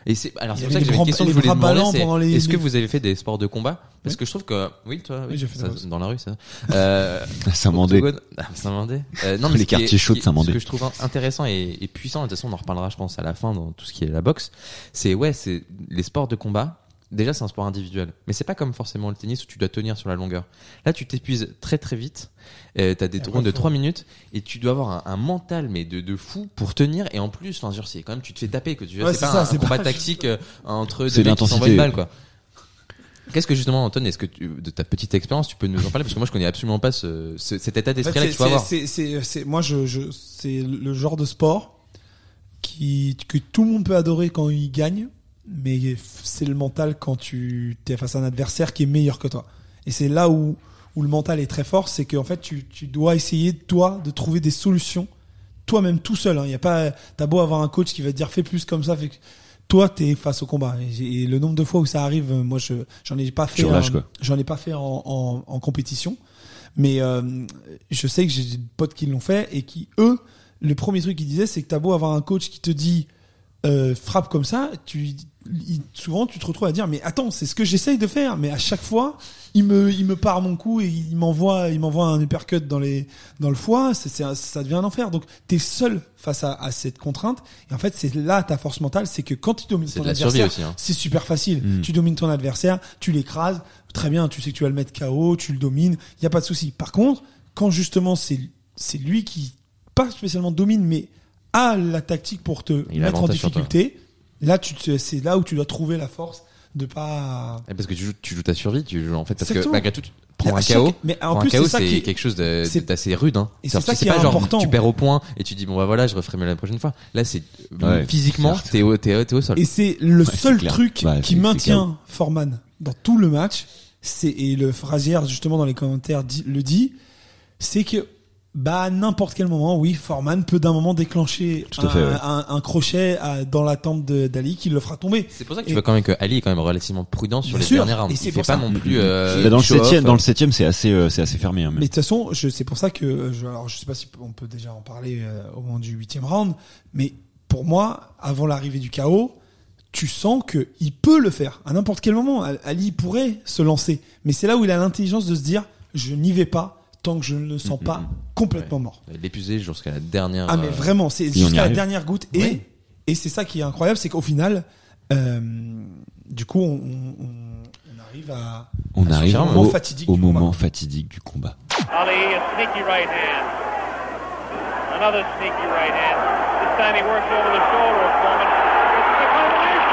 Et c'est alors Il c'est y pour ça avait que des j'avais une bras- question que les je voulais bras demander, ballants c'est pendant les- est-ce que les- vous avez fait des sports de combat? Parce Oui. que je trouve que oui, toi, Oui, j'ai fait de ça, la boxe. dans la rue, ça. Euh, Saint-Mandé. Octogone. Ah, Saint-Mandé. Euh, non, mais Les ce qui est- quartiers chauds de ce qui- Saint-Mandé. Ce que je trouve intéressant et, et puissant, de toute façon, on en reparlera, je pense, à la fin dans tout ce qui est la boxe. C'est ouais, c'est les sports de combat. Déjà, c'est un sport individuel, mais c'est pas comme forcément le tennis où tu dois tenir sur la longueur. Là, tu t'épuises très très vite. Euh, t'as des Et tours de après, trois minutes et tu dois avoir un, un mental mais de, de fou pour tenir. Et en plus, enfin, genre, c'est quand même tu te fais taper que tu vois, Ouais, c'est c'est pas ça, un, c'est un combat pas tactique euh, entre C'est deux mecs qui s'envoient l'intensité. une balle, quoi. Qu'est-ce que justement, Anton, est-ce que tu, de ta petite expérience, tu peux nous en parler parce que moi, je connais absolument pas ce, ce cet état En fait, d'esprit-là c'est, qu'il faut avoir. c'est, c'est, c'est, c'est- moi, je, je, c'est le genre de sport qui, que tout le monde peut adorer quand il gagne, mais c'est le mental quand tu es face à un adversaire qui est meilleur que toi. Et c'est là où, où le mental est très fort, c'est qu'en fait, tu, tu dois essayer, toi, de trouver des solutions, toi-même tout seul. Hein. Y a pas, t'as beau avoir un coach qui va te dire fais plus comme ça, fais... toi, t'es face au combat. Et, j'ai- et le nombre de fois où ça arrive, moi, je, j'en ai pas fait, Tu relâches, un- quoi. j'en ai pas fait en, en, en compétition. Mais euh, je sais que j'ai des potes qui l'ont fait et qui, eux, le premier truc qu'ils disaient, c'est que t'as beau avoir un coach qui te dit euh, frappe comme ça, tu, il- souvent tu te retrouves à dire mais attends, c'est ce que j'essaye de faire, mais à chaque fois il me, il me part mon coup et il m'envoie, il m'envoie un uppercut dans les, dans le foie, c'est, c'est, ça devient un enfer. Donc t'es seul face à, à cette contrainte et en fait c'est là ta force mentale, c'est que quand tu domines C'est ton de la survie adversaire, aussi, hein. c'est super facile. Mm. Tu domines ton adversaire, tu l'écrases, très bien, tu sais que tu vas le mettre K O, tu le domines, il y a pas de souci. Par contre, quand justement c'est c'est lui qui pas spécialement domine mais a la tactique pour te Il a mettre en l'avantage sur toi. difficulté, là tu te, c'est là où tu dois trouver la force de pas Et parce que tu joues, tu joues ta survie, tu joues en fait parce que Exactement. malgré tout, tu prends Mais un à chaque- K O. mais en Prends plus, un K O, c'est ça c'est qui est- quelque chose de- c'est- d'assez rude, hein. Et c'est C'est-à-dire ça que c'est qui est pas genre important. tu perds au point et tu dis bon bah voilà, je referai mieux la prochaine fois. Là, c'est Ouais, physiquement, certes. t'es au, t'es, t'es au sol. et c'est le Ouais, seul c'est clair. truc Bah, qui c'est- maintient Foreman dans tout le match, c'est et le Frazier justement dans les commentaires dit, le dit, c'est que bah à n'importe quel moment, oui, Foreman peut d'un moment déclencher Tout à un, fait, ouais. un, un crochet à- dans la tempe de, d'Ali qui le fera tomber. C'est pour ça que Et- tu vois quand même que Ali est quand même relativement prudent sur Bien les sûr. dernières rounds. Et c'est Il fait pour pas ça. non plus. Euh, Bah, dans le show off. septième, dans le septième, c'est assez, euh, c'est assez fermé. Hein, même. Mais de toute façon, je, c'est pour ça que, je, alors je sais pas si on peut déjà en parler euh, au moment du huitième round, mais pour moi, avant l'arrivée du K O, tu sens que il peut le faire à n'importe quel moment. Ali pourrait se lancer, mais c'est là où il a l'intelligence de se dire, je n'y vais pas tant que je ne le sens Mm, pas mm, mm. complètement mort. L'épuiser jusqu'à la dernière. Ah mais euh, vraiment, c'est et on y jusqu'à la arrive. dernière goutte. Et Oui. et c'est ça qui est incroyable, c'est qu'au final, euh, du coup, on, on, on arrive à On à arrive ce moment au, fatidique au du moment combat. fatidique du combat. Ali, a sneaky right hand. Another sneaky right hand. This time he works over the shoulder of Foreman. It's the combination.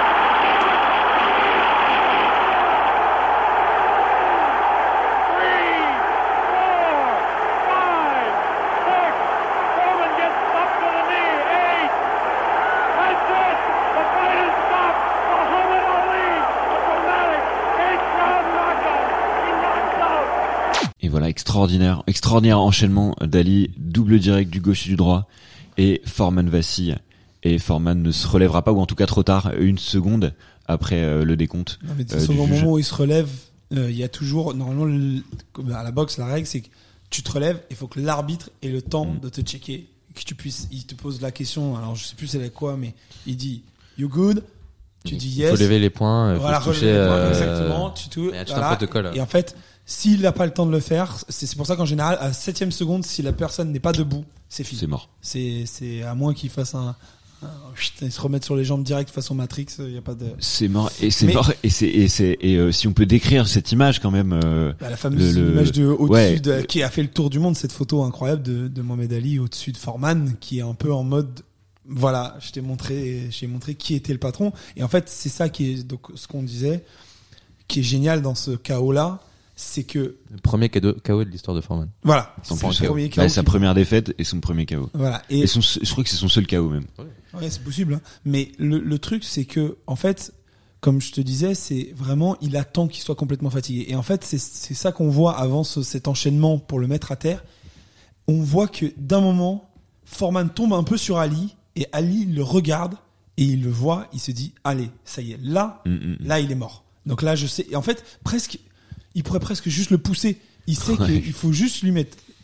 Three, four, five, six. Foreman gets up to the knee. Eight. That's it. The fight is stopped. Muhammad Ali, a dramatic eight-round knockout. He knocks out. Et voilà, extraordinaire, extraordinaire enchaînement d'Ali, double direct du gauche et du droit, et Foreman vacille, et Foreman ne se relèvera pas, ou en tout cas trop tard, une seconde après euh, le décompte. Non, mais de euh, toute façon, du au juge. moment où il se relève, euh, il y a toujours, normalement, le- comme à la boxe, la règle, c'est que tu te relèves, il faut que l'arbitre ait le temps Mm. de te checker, que tu puisses, il te pose la question, alors je sais plus c'est la quoi, mais il dit, you good? Tu dis Il yes. faut lever les points, il Voilà, faut se relever toucher. les points, euh, exactement, tu te, il y a tout un voilà. protocole. Et en fait, s'il n'a pas le temps de le faire, c'est c'est pour ça qu'en général, à la septième seconde, si la personne n'est pas debout, c'est fini. C'est mort. C'est, c'est, à moins qu'il fasse un, un, chut, il se remette sur les jambes direct façon Matrix, il y a pas de, C'est mort, et c'est Mais- mort, et c'est, et c'est, et euh, si on peut décrire cette image quand même, euh, bah, la fameuse Le- le- image de au-dessus ouais. de, qui a fait le tour du monde, cette photo incroyable de, de Mohamed Ali au-dessus de Foreman, qui est un peu en mode, voilà, je t'ai montré, je t'ai montré qui était le patron. Et en fait, c'est ça qui est, donc, ce qu'on disait, qui est génial dans ce K O-là, c'est que, Le premier K O de l'histoire de Foreman. voilà, son c'est premier le K O. premier K O Ouais, qui- sa première défaite et son premier K O. Voilà. Et, Et, son, je crois que c'est son seul K O même. ouais, c'est possible, hein. Mais le, le truc, c'est que, en fait, comme je te disais, c'est vraiment, il attend qu'il soit complètement fatigué. Et en fait, c'est, c'est ça qu'on voit avant ce- cet enchaînement pour le mettre à terre. On voit que d'un moment, Foreman tombe un peu sur Ali et Ali le regarde et il le voit, il se dit, allez, ça y est, là, Mm, mm, mm. là, il est mort. Donc là, je sais, et en fait, presque, il pourrait presque juste le pousser. Il sait Ouais. qu'il faut juste lui mettre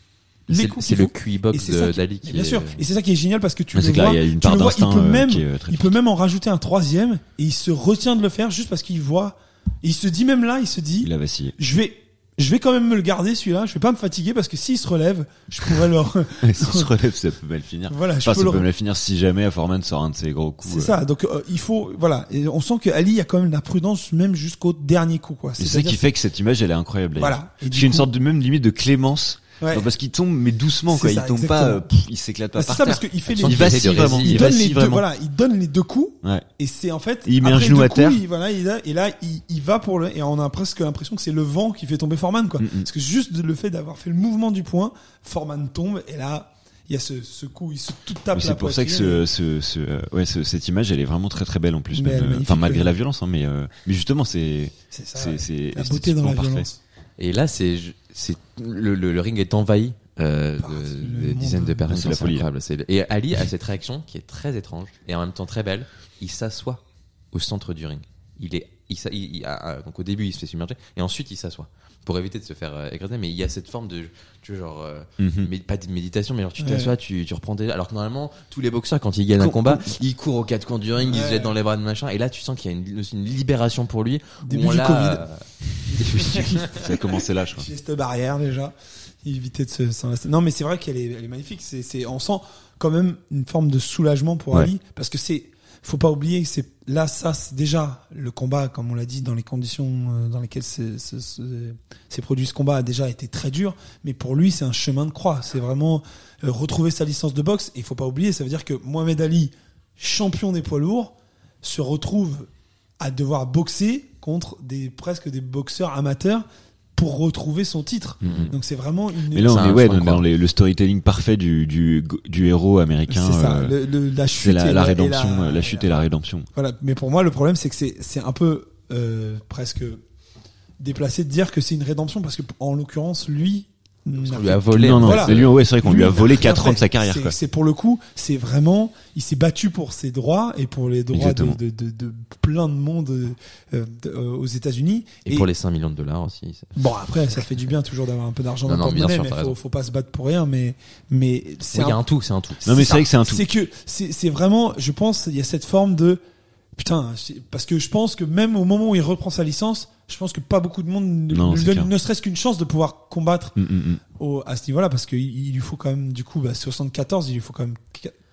les C'est, coups c'est qu'il le faut. Q I Et box c'est ça de qui- Dali qui Bien est... sûr. Et c'est ça qui est génial parce que tu Mais le c'est clair, vois, il y a une tu part le vois, il d'instinct, peut euh, même, qui est très il peut même en rajouter un troisième et il se retient de le faire juste parce qu'il voit. Et il se dit même là, il se dit, Il a vacillé. je vais, je vais quand même me le garder celui-là. Je vais pas me fatiguer parce que s'il se relève, je pourrais le. S'il se relève, ça peut mal finir. Voilà, je Enfin, peux ça le. peut mal finir si jamais Foreman sort un de ses gros coups. C'est euh. ça. Donc euh, il faut, voilà. Et on sent que Ali a quand même la prudence même jusqu'au dernier coup, quoi. Et c'est ça C'est-à-dire qui fait que cette image, elle est incroyable. d'ailleurs. Voilà. Et Parce du qu'il y a une coup- sorte de même limite de clémence. Ouais. Non, parce qu'il tombe, mais doucement, quoi. C'est Il ça, tombe pas, exactement. euh, pff, il s'éclate pas Bah, c'est par ça terre. parce qu'il fait Tu les. sens Il qu'il essaie vacille de vraiment. résister. Il Il donne les vacille deux, vraiment. voilà, il donne les deux coups. Ouais. Et c'est en fait. Il met un après genou deux à coups, terre. il- voilà, il a- et là, il, il va pour le, et on a presque l'impression que c'est le vent qui fait tomber Foreman, quoi. Mm-mm. Parce que juste le fait d'avoir fait le mouvement du point, Foreman tombe, et là, il y a ce, ce coup, il se tout tape Mais la c'est pour ça que poitrine. ce, ce, ce, euh, ouais, ce- cette image, elle est vraiment très très belle en plus. Mais même, elle est euh, magnifique, Enfin, malgré oui. la violence, hein, mais, euh, mais justement, c'est, C'est ça. c'est, c'est La beauté dans la esthétiquement parfait. violence. Et là, c'est, c'est le, le, le ring est envahi euh, Ah, de, c'est de le monde. dizaines de personnes. C'est la C'est folie. incroyable. C'est- Et Ali a cette réaction qui est très étrange et en même temps très belle. Il s'assoit au centre du ring. Il est, il, s'a- il, il a- donc au début, il se fait submerger et ensuite il s'assoit pour éviter de se faire euh, écraser. Mais il y a cette forme de, tu vois, genre, euh, Mhm. mais pas de méditation, mais genre tu Ouais. t'assois, tu, tu reprends tes, alors que normalement tous les boxeurs quand ils gagnent un Com- combat, ils courent aux quatre coins du ring, ils se Ouais. jettent dans les bras de machin. Et là, tu sens qu'il y a une, aussi une libération pour lui. où Début on du l'a, Covid. euh, début du- Ça a commencé là, je crois. Geste barrière déjà. Éviter de se, s'en rester. Non, mais c'est vrai qu'elle est, elle est magnifique. C'est, c'est, on sent quand même une forme de soulagement pour Ouais. Ali, parce que c'est, faut pas oublier que c'est là, ça, c'est déjà le combat, comme on l'a dit, dans les conditions euh, dans lesquelles c'est, c'est, c'est, c'est produit ce combat a déjà été très dur. Mais pour lui, c'est un chemin de croix. C'est vraiment euh, retrouver sa licence de boxe. Et il faut pas oublier, ça veut dire que Mohamed Ali, champion des poids lourds, se retrouve à devoir boxer contre des presque des boxeurs amateurs pour retrouver son titre. Mhm. Donc c'est vraiment une. Mais là, on C'est est, un ouais, chemin de dans, dans croix. les- le storytelling parfait du, du, du héros américain. c'est ça, euh, le, le- la chute c'est la, et la et rédemption, euh, la chute et la rédemption. Voilà. Mais pour moi, le problème, c'est que c'est c'est un peu euh, presque déplacé de dire que c'est une rédemption parce que en l'occurrence, lui. On lui a volé. Non, non, Voilà. c'est lui, ouais, c'est vrai qu'on lui a Lui, volé rien quatre ans de fait. sa carrière, C'est- quoi. C'est pour le coup, c'est vraiment, il s'est battu pour ses droits et pour les droits de, Exactement. de, de, de plein de monde euh, de- euh, aux États-Unis. Et, pour les cinq millions de dollars aussi. c'est- Bon, après, ça fait du bien toujours d'avoir un peu d'argent Non, dans non, le bien porte-monnaie, sûr, t'as mais faut, raison. faut pas se battre pour rien. Mais, mais c'est Il y a un- un tout, c'est un tout. Non, mais c'est ça. vrai que c'est un tout. C'est que c'est c'est vraiment, je pense, il y a cette forme de putain, c'est- parce que je pense que même au moment où il reprend sa licence, je pense que pas beaucoup de monde ne Non, ne c'est lui donne clair. ne serait-ce qu'une chance de pouvoir combattre Mm, mm, mm. au, à ce niveau-là, parce qu'il il lui faut quand même du coup bah, soixante-quatorze, il lui faut quand même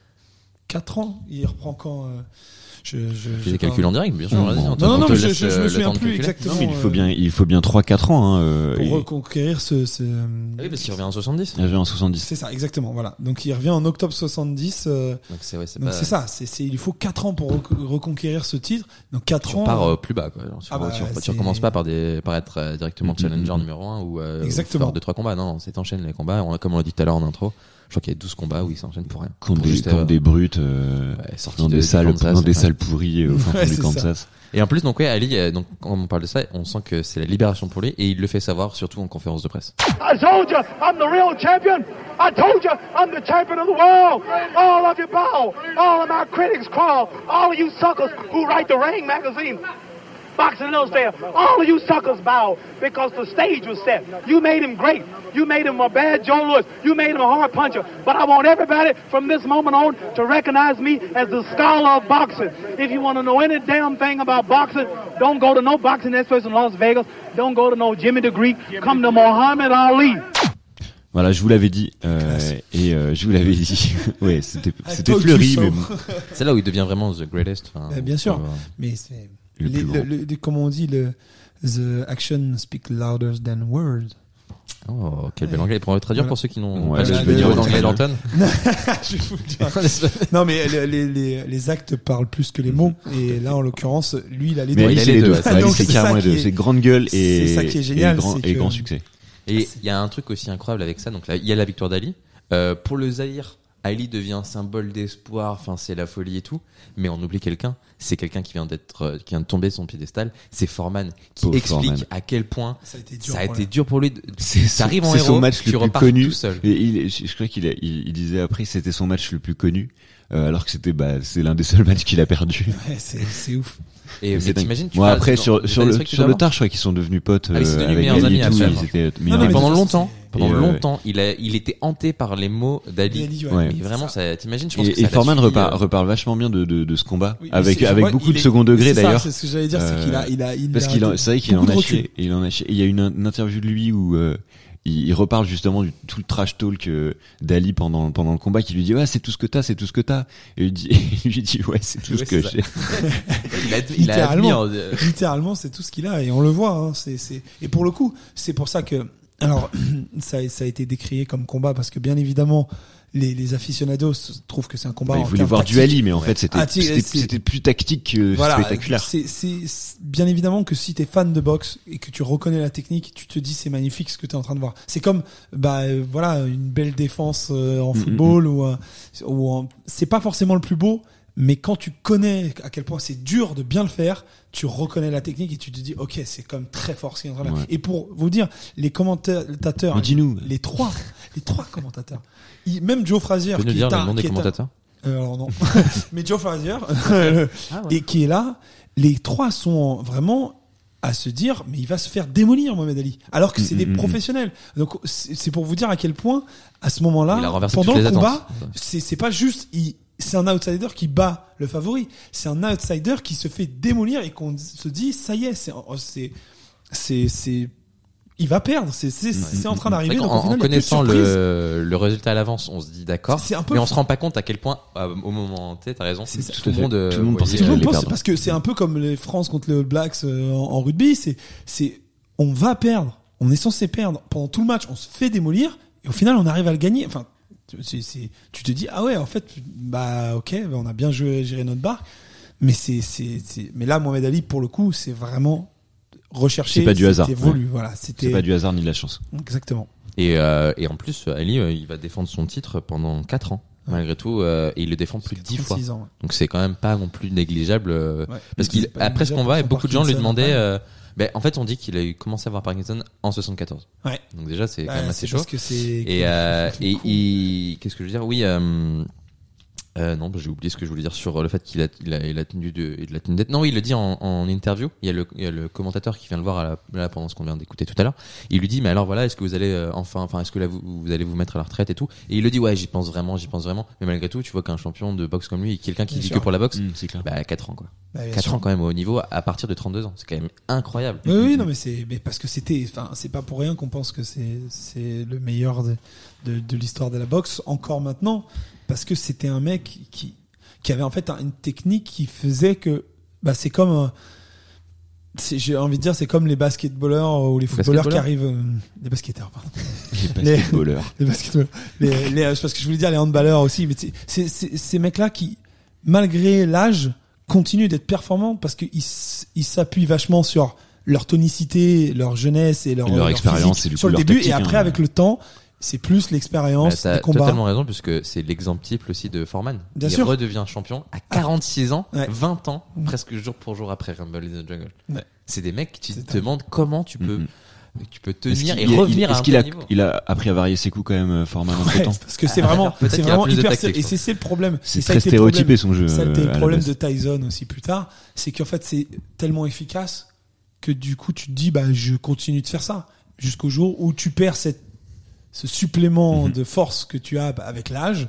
quatre ans. Il reprend quand euh, je, je, Fais j'ai des pas- calculs en direct, bien sûr. Non, vas-y, non, on te- non, on non, te mais je, laisse, je, je euh, me le souviens temps de plus calculer. exactement. Non, mais il faut euh, bien, il faut bien trois quatre ans, hein, euh, pour il- reconquérir ce, ce Ah oui, parce qu'il revient en soixante-dix. il avait en soixante-dix. c'est ça, exactement. Voilà. Donc il revient en octobre soixante-dix. euh, Donc c'est ouais, c'est donc pas. c'est ça. C'est, c'est, il faut quatre ans pour rec- reconquérir ce titre. Donc quatre Tu ans. repars euh, plus bas, quoi. Genre, tu, Ah bah, tu, tu c'est- recommences pas par des, par être euh, directement Mhm, challenger mhm. numéro un ou, euh, Exactement. ou faire deux, trois combats. Non, c'est t'enchaînes les combats. On- Comme on l'a dit tout à l'heure en intro, je crois qu'il y a douze combats où ils s'enchaînent pour rien. Contre Pour des, juste, contre euh, des brutes, euh, ouais, sortis dans de- des du salles, Kansas, dans des ouais. salles pourries au fin Ouais, fond du c'est Kansas. Et en plus, donc, ouais, Ali, euh, donc, quand on parle de ça, on sent que c'est la libération pour lui et il le fait savoir, surtout en conférence de presse. I told you I'm the real champion. I told you I'm the champion of the world. All of you bow. All of my critics crawl. All of you suckers who write the Ring magazine. Boxing Illustrated. All of you suckers bow because the stage was set. You made him great. You made him a bad Joe Louis. You made him a hard puncher. But I want everybody from this moment on to recognize me as the scholar of boxing. If you want to know any damn thing about boxing, don't go to no boxing experts in Las Vegas. Don't go to no Jimmy the Greek. Come to Muhammad Ali. Voilà, je vous l'avais dit, euh, et euh, je vous l'avais dit. Ouais, c'était, I c'était told you fleuri, so. mais bon. C'est là où il devient vraiment the greatest. Enfin, Euh, bien sûr. euh, Mais c'est Le les- plus grand. le, le- comme on dit, le the action speak louder than words. Oh, quel bel anglais. Pour le traduire Voilà. pour ceux qui n'ont Ouais, pas je le vais dire niveau en d'anglais espagnol. d'Anton. Je vais vous le dire. Non, mais les, les, les, les actes parlent plus que les mots. Et là, en l'occurrence, lui, il a les Mais deux. Ali, il a c'est les les deux, deux. ouais, c'est Ali, donc c'est c'est carrément ça les deux. qui est- C'est grande gueule et, c'est ça qui est génial, et grand, c'est et que- grand succès. Et il y a un truc aussi incroyable avec ça. Donc là, il y a la victoire d'Ali. Euh, pour le Zaïre, Ali devient un symbole d'espoir. Enfin, c'est la folie et tout. Mais on oublie quelqu'un. C'est quelqu'un qui vient d'être, euh, qui vient de tomber de son piédestal. C'est Foreman qui Pauvre explique Foreman. à quel point Ça a été dur. ça a pour été lui. dur pour lui. de- C'est Ça arrive en c'est héros. son match tu le plus repars connu. tout seul. Et il, je, je crois qu'il a, il, il disait après, c'était son match le plus connu, euh, alors que c'était, bah, c'est l'un des seuls matchs qu'il a perdu. Ouais, c'est, c'est ouf. Et C'est mais dingue. t'imagines, tu Moi passes après dans- sur les sur années le trucs que sur tu le dois tard, je crois qu'ils sont devenus potes Ah, ils sont euh, devenus avec meilleurs Ali amis et tout. après. Ils étaient Non, meilleurs mais amis. pendant de toute façon, longtemps, Pendant Et, euh, longtemps, il a, il était hanté par les mots d'Ali. d'Ali, ouais. Ouais. Et vraiment, ça, t'imagines, je pense que Et, ça et l'a Foreman suivi, reparle, euh, reparle vachement bien de, de, de ce combat, Oui, mais avec, c'est- avec ouais, beaucoup il de est- second degré c'est ça, d'ailleurs. c'est ce que j'allais dire, c'est Euh, qu'il a, il a, il Parce a qu'il en, c'est vrai qu'il en beaucoup a de recul. chié. Il en a chié. Il y a une, une interview de lui où euh, il, il reparle justement du tout le trash talk euh, d'Ali pendant pendant le combat, qui lui dit ouais c'est tout ce que t'as, c'est tout ce que t'as. Et il dit, il lui dit ouais c'est tout Ouais, ce que c'est ça. j'ai. il a, il a admis, Littéralement. euh, Littéralement, c'est tout ce qu'il a et on le voit. Hein, c'est, c'est... Et pour le coup, c'est pour ça que, alors, ça, ça a été décrié comme combat parce que bien évidemment, les, les aficionados trouvent que c'est un combat. Bah, en il voulait termes voir tactiques. du Ali, mais en Ouais. fait c'était Ah, tu- c'était, c'est- c'était plus tactique que Voilà, spectaculaire. c'est, c'est, c'est- bien évidemment que si t'es fan de boxe et que tu reconnais la technique, tu te dis c'est magnifique ce que t'es en train de voir. C'est comme, bah euh, voilà, une belle défense euh, en Mm, football ou, euh, ou en... c'est pas forcément le plus beau. Mais quand tu connais à quel point c'est dur de bien le faire, tu reconnais la technique et tu te dis, ok, c'est comme très fort ce qu'il est en train de faire. Ouais. Et pour vous dire, les commentateurs, Mais dis-nous. les trois, les trois commentateurs, ils- même Joe Frazier, Tu peux nous qui dire est le un, nom des qui est un- commentateurs? euh, alors non, mais Joe Frazier, euh, Ah ouais. et qui est là, les trois sont vraiment à se dire, mais il va se faire démolir Mohamed Ali, alors que c'est Mm, des mm, mm. professionnels. Donc c'est c'est pour vous dire à quel point, à ce moment-là, Il a renversé pendant toutes le les combat, attentes. c'est c'est pas juste, il, c'est un outsider qui bat le favori. C'est un outsider qui se fait démolir et qu'on se dit, ça y est, c'est, c'est, c'est, c'est, il va perdre. C'est, c'est, c'est en train d'arriver. C'est vrai Donc, qu'en- au final, en il y a plus de connaissant surprise. le, le résultat à l'avance, on se dit d'accord, C'est un peu- mais on se rend pas compte à quel point, euh, au moment, tu sais, t'as raison, C'est ça. tout, Tout à le fait. monde, euh, Tout le monde voyait, pensait Tout le qu'il monde allait pense, perdre. parce que c'est un peu comme les France contre les All Blacks euh, en, en rugby. C'est, c'est, on va perdre. On est censé perdre pendant tout le match. On se fait démolir et au final, on arrive à le gagner. Enfin, c'est, c'est, tu te dis ah ouais, en fait, bah ok, bah, on a bien joué, géré notre barque. Mais c'est, c'est, c'est, mais là, Mohamed Ali, pour le coup, c'est vraiment recherché. C'est pas du hasard. C'était voulu. Ouais. Voilà, c'était C'est pas du hasard ni de la chance. exactement. Et, euh, et en plus, Ali, euh, il va défendre son titre pendant quatre ans, malgré tout, euh, et il le défend plus de dix fois. trente-six ans. Ouais. Donc c'est quand même pas non plus négligeable. euh, Ouais. Parce C'est qu'il pas après ce négligeable combat, et pour beaucoup de gens lui Parkinson, demandaient. après. Euh, ben, en fait, on dit qu'il a eu commencé à avoir Parkinson en soixante-quatorze. Ouais. Donc déjà, c'est quand Ouais, même assez c'est chaud. parce que c'est Et, euh, et cool. il, qu'est-ce que je veux dire? Oui, euh, euh, non, bah, j'ai oublié ce que je voulais dire sur le fait qu'il a, il a, il a tenu de, il a tenu d'être. Non, oui, il le dit en, en interview. Il y a le, il y a le commentateur qui vient le voir à la, là pendant ce qu'on vient d'écouter tout à l'heure. Il lui dit, mais alors voilà, est-ce que vous allez euh, enfin, enfin, est-ce que là vous, vous allez vous mettre à la retraite et tout? Et il le dit, ouais, j'y pense vraiment, j'y pense vraiment. Mais malgré tout, tu vois qu'un champion de boxe comme lui, quelqu'un qui Bien vit sûr. que pour la boxe, Mmh, c'est clair. bah quatre ans quoi. Bah, bien quatre sûr. ans quand même au haut niveau à partir de trente-deux ans. C'est quand même incroyable. Oui, oui, non, mais c'est, mais parce que c'était, enfin, c'est pas pour rien qu'on pense que c'est, c'est le meilleur de, de, de l'histoire de la boxe encore maintenant, parce que c'était un mec qui, qui avait en fait un- une technique qui faisait que, bah, c'est comme, un- c'est, j'ai envie de dire, c'est comme les basketballeurs ou les footballeurs qui Basketballeurs arrivent, euh, les basketteurs, pardon. Les Les- basketballeurs. Les basketballeurs. Les, les, euh, parce que je voulais dire les handballeurs aussi, mais c'est, c'est, c'est- ces mecs-là qui, malgré l'âge, continuent d'être performants parce qu'ils s- ils s'appuient vachement sur leur tonicité, leur jeunesse et leur, Et leur expérience physique et du sur coup le leur début. tactique, et après, hein. avec le temps, c'est plus Bah, l'expérience, t'as les combats. totalement raison puisque c'est l'exemple type aussi de Foreman. Bien il sûr. redevient champion à quarante-six ans, Ouais. vingt ans, Mhm. presque jour pour jour après Rumble in the Jungle. Ouais. C'est des mecs, tu C'est te demandes comment tu peux, Mhm. tu peux Est-ce tenir qu'il- et il- revenir est-ce à un qu'il tel a, niveau. il a appris à varier ses coups quand même, Foreman entre Ouais, temps. parce que c'est Ah, vraiment, peut-être c'est qu'il y a vraiment plus de hyper, tactique, et je c'est, c'est le problème. C'est Et ça a très été le stéréotypé problème- son jeu. Ça a été euh, le à la problème base. de Tyson aussi plus tard, c'est qu'en fait c'est tellement efficace que du coup tu te dis bah je continue de faire ça jusqu'au jour où tu perds cette ce supplément Mhm. de force que tu as bah, avec l'âge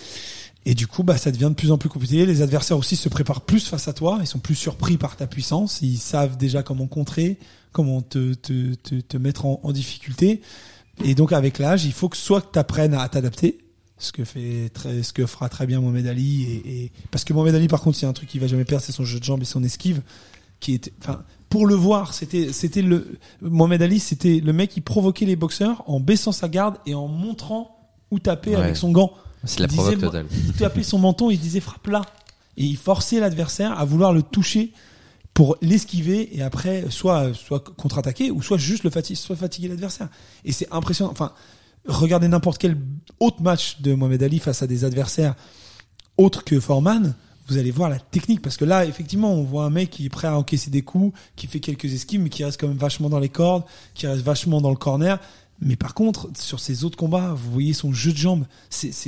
et du coup bah ça devient de plus en plus compliqué. Les adversaires aussi se préparent plus face à toi, ils sont plus surpris par ta puissance, ils savent déjà comment contrer, comment te te te, te mettre en, en difficulté et donc avec l'âge il faut que soit que tu apprennes à t'adapter. Ce que fait très, ce que fera très bien Mohamed Ali et, et parce que Mohamed Ali par contre il y a un truc qu'il va jamais perdre, c'est son jeu de jambes et son esquive qui était, enfin pour le voir c'était c'était le Mohamed Ali c'était le mec qui provoquait les boxeurs en baissant sa garde et en montrant où taper Ouais. avec son gant. C'est la Il provoque disait, totale. Il tapait son menton, il disait frappe là et il forçait l'adversaire à vouloir le toucher pour l'esquiver et après soit soit contre-attaquer ou soit juste le fatiguer, soit fatiguer l'adversaire. Et c'est impressionnant. Enfin, regardez n'importe quel autre match de Mohamed Ali face à des adversaires autres que Foreman, vous allez voir la technique parce que là effectivement on voit un mec qui est prêt à encaisser des coups, qui fait quelques esquives mais qui reste quand même vachement dans les cordes, qui reste vachement dans le corner. Mais par contre sur ces autres combats, vous voyez son jeu de jambes, c'est c'est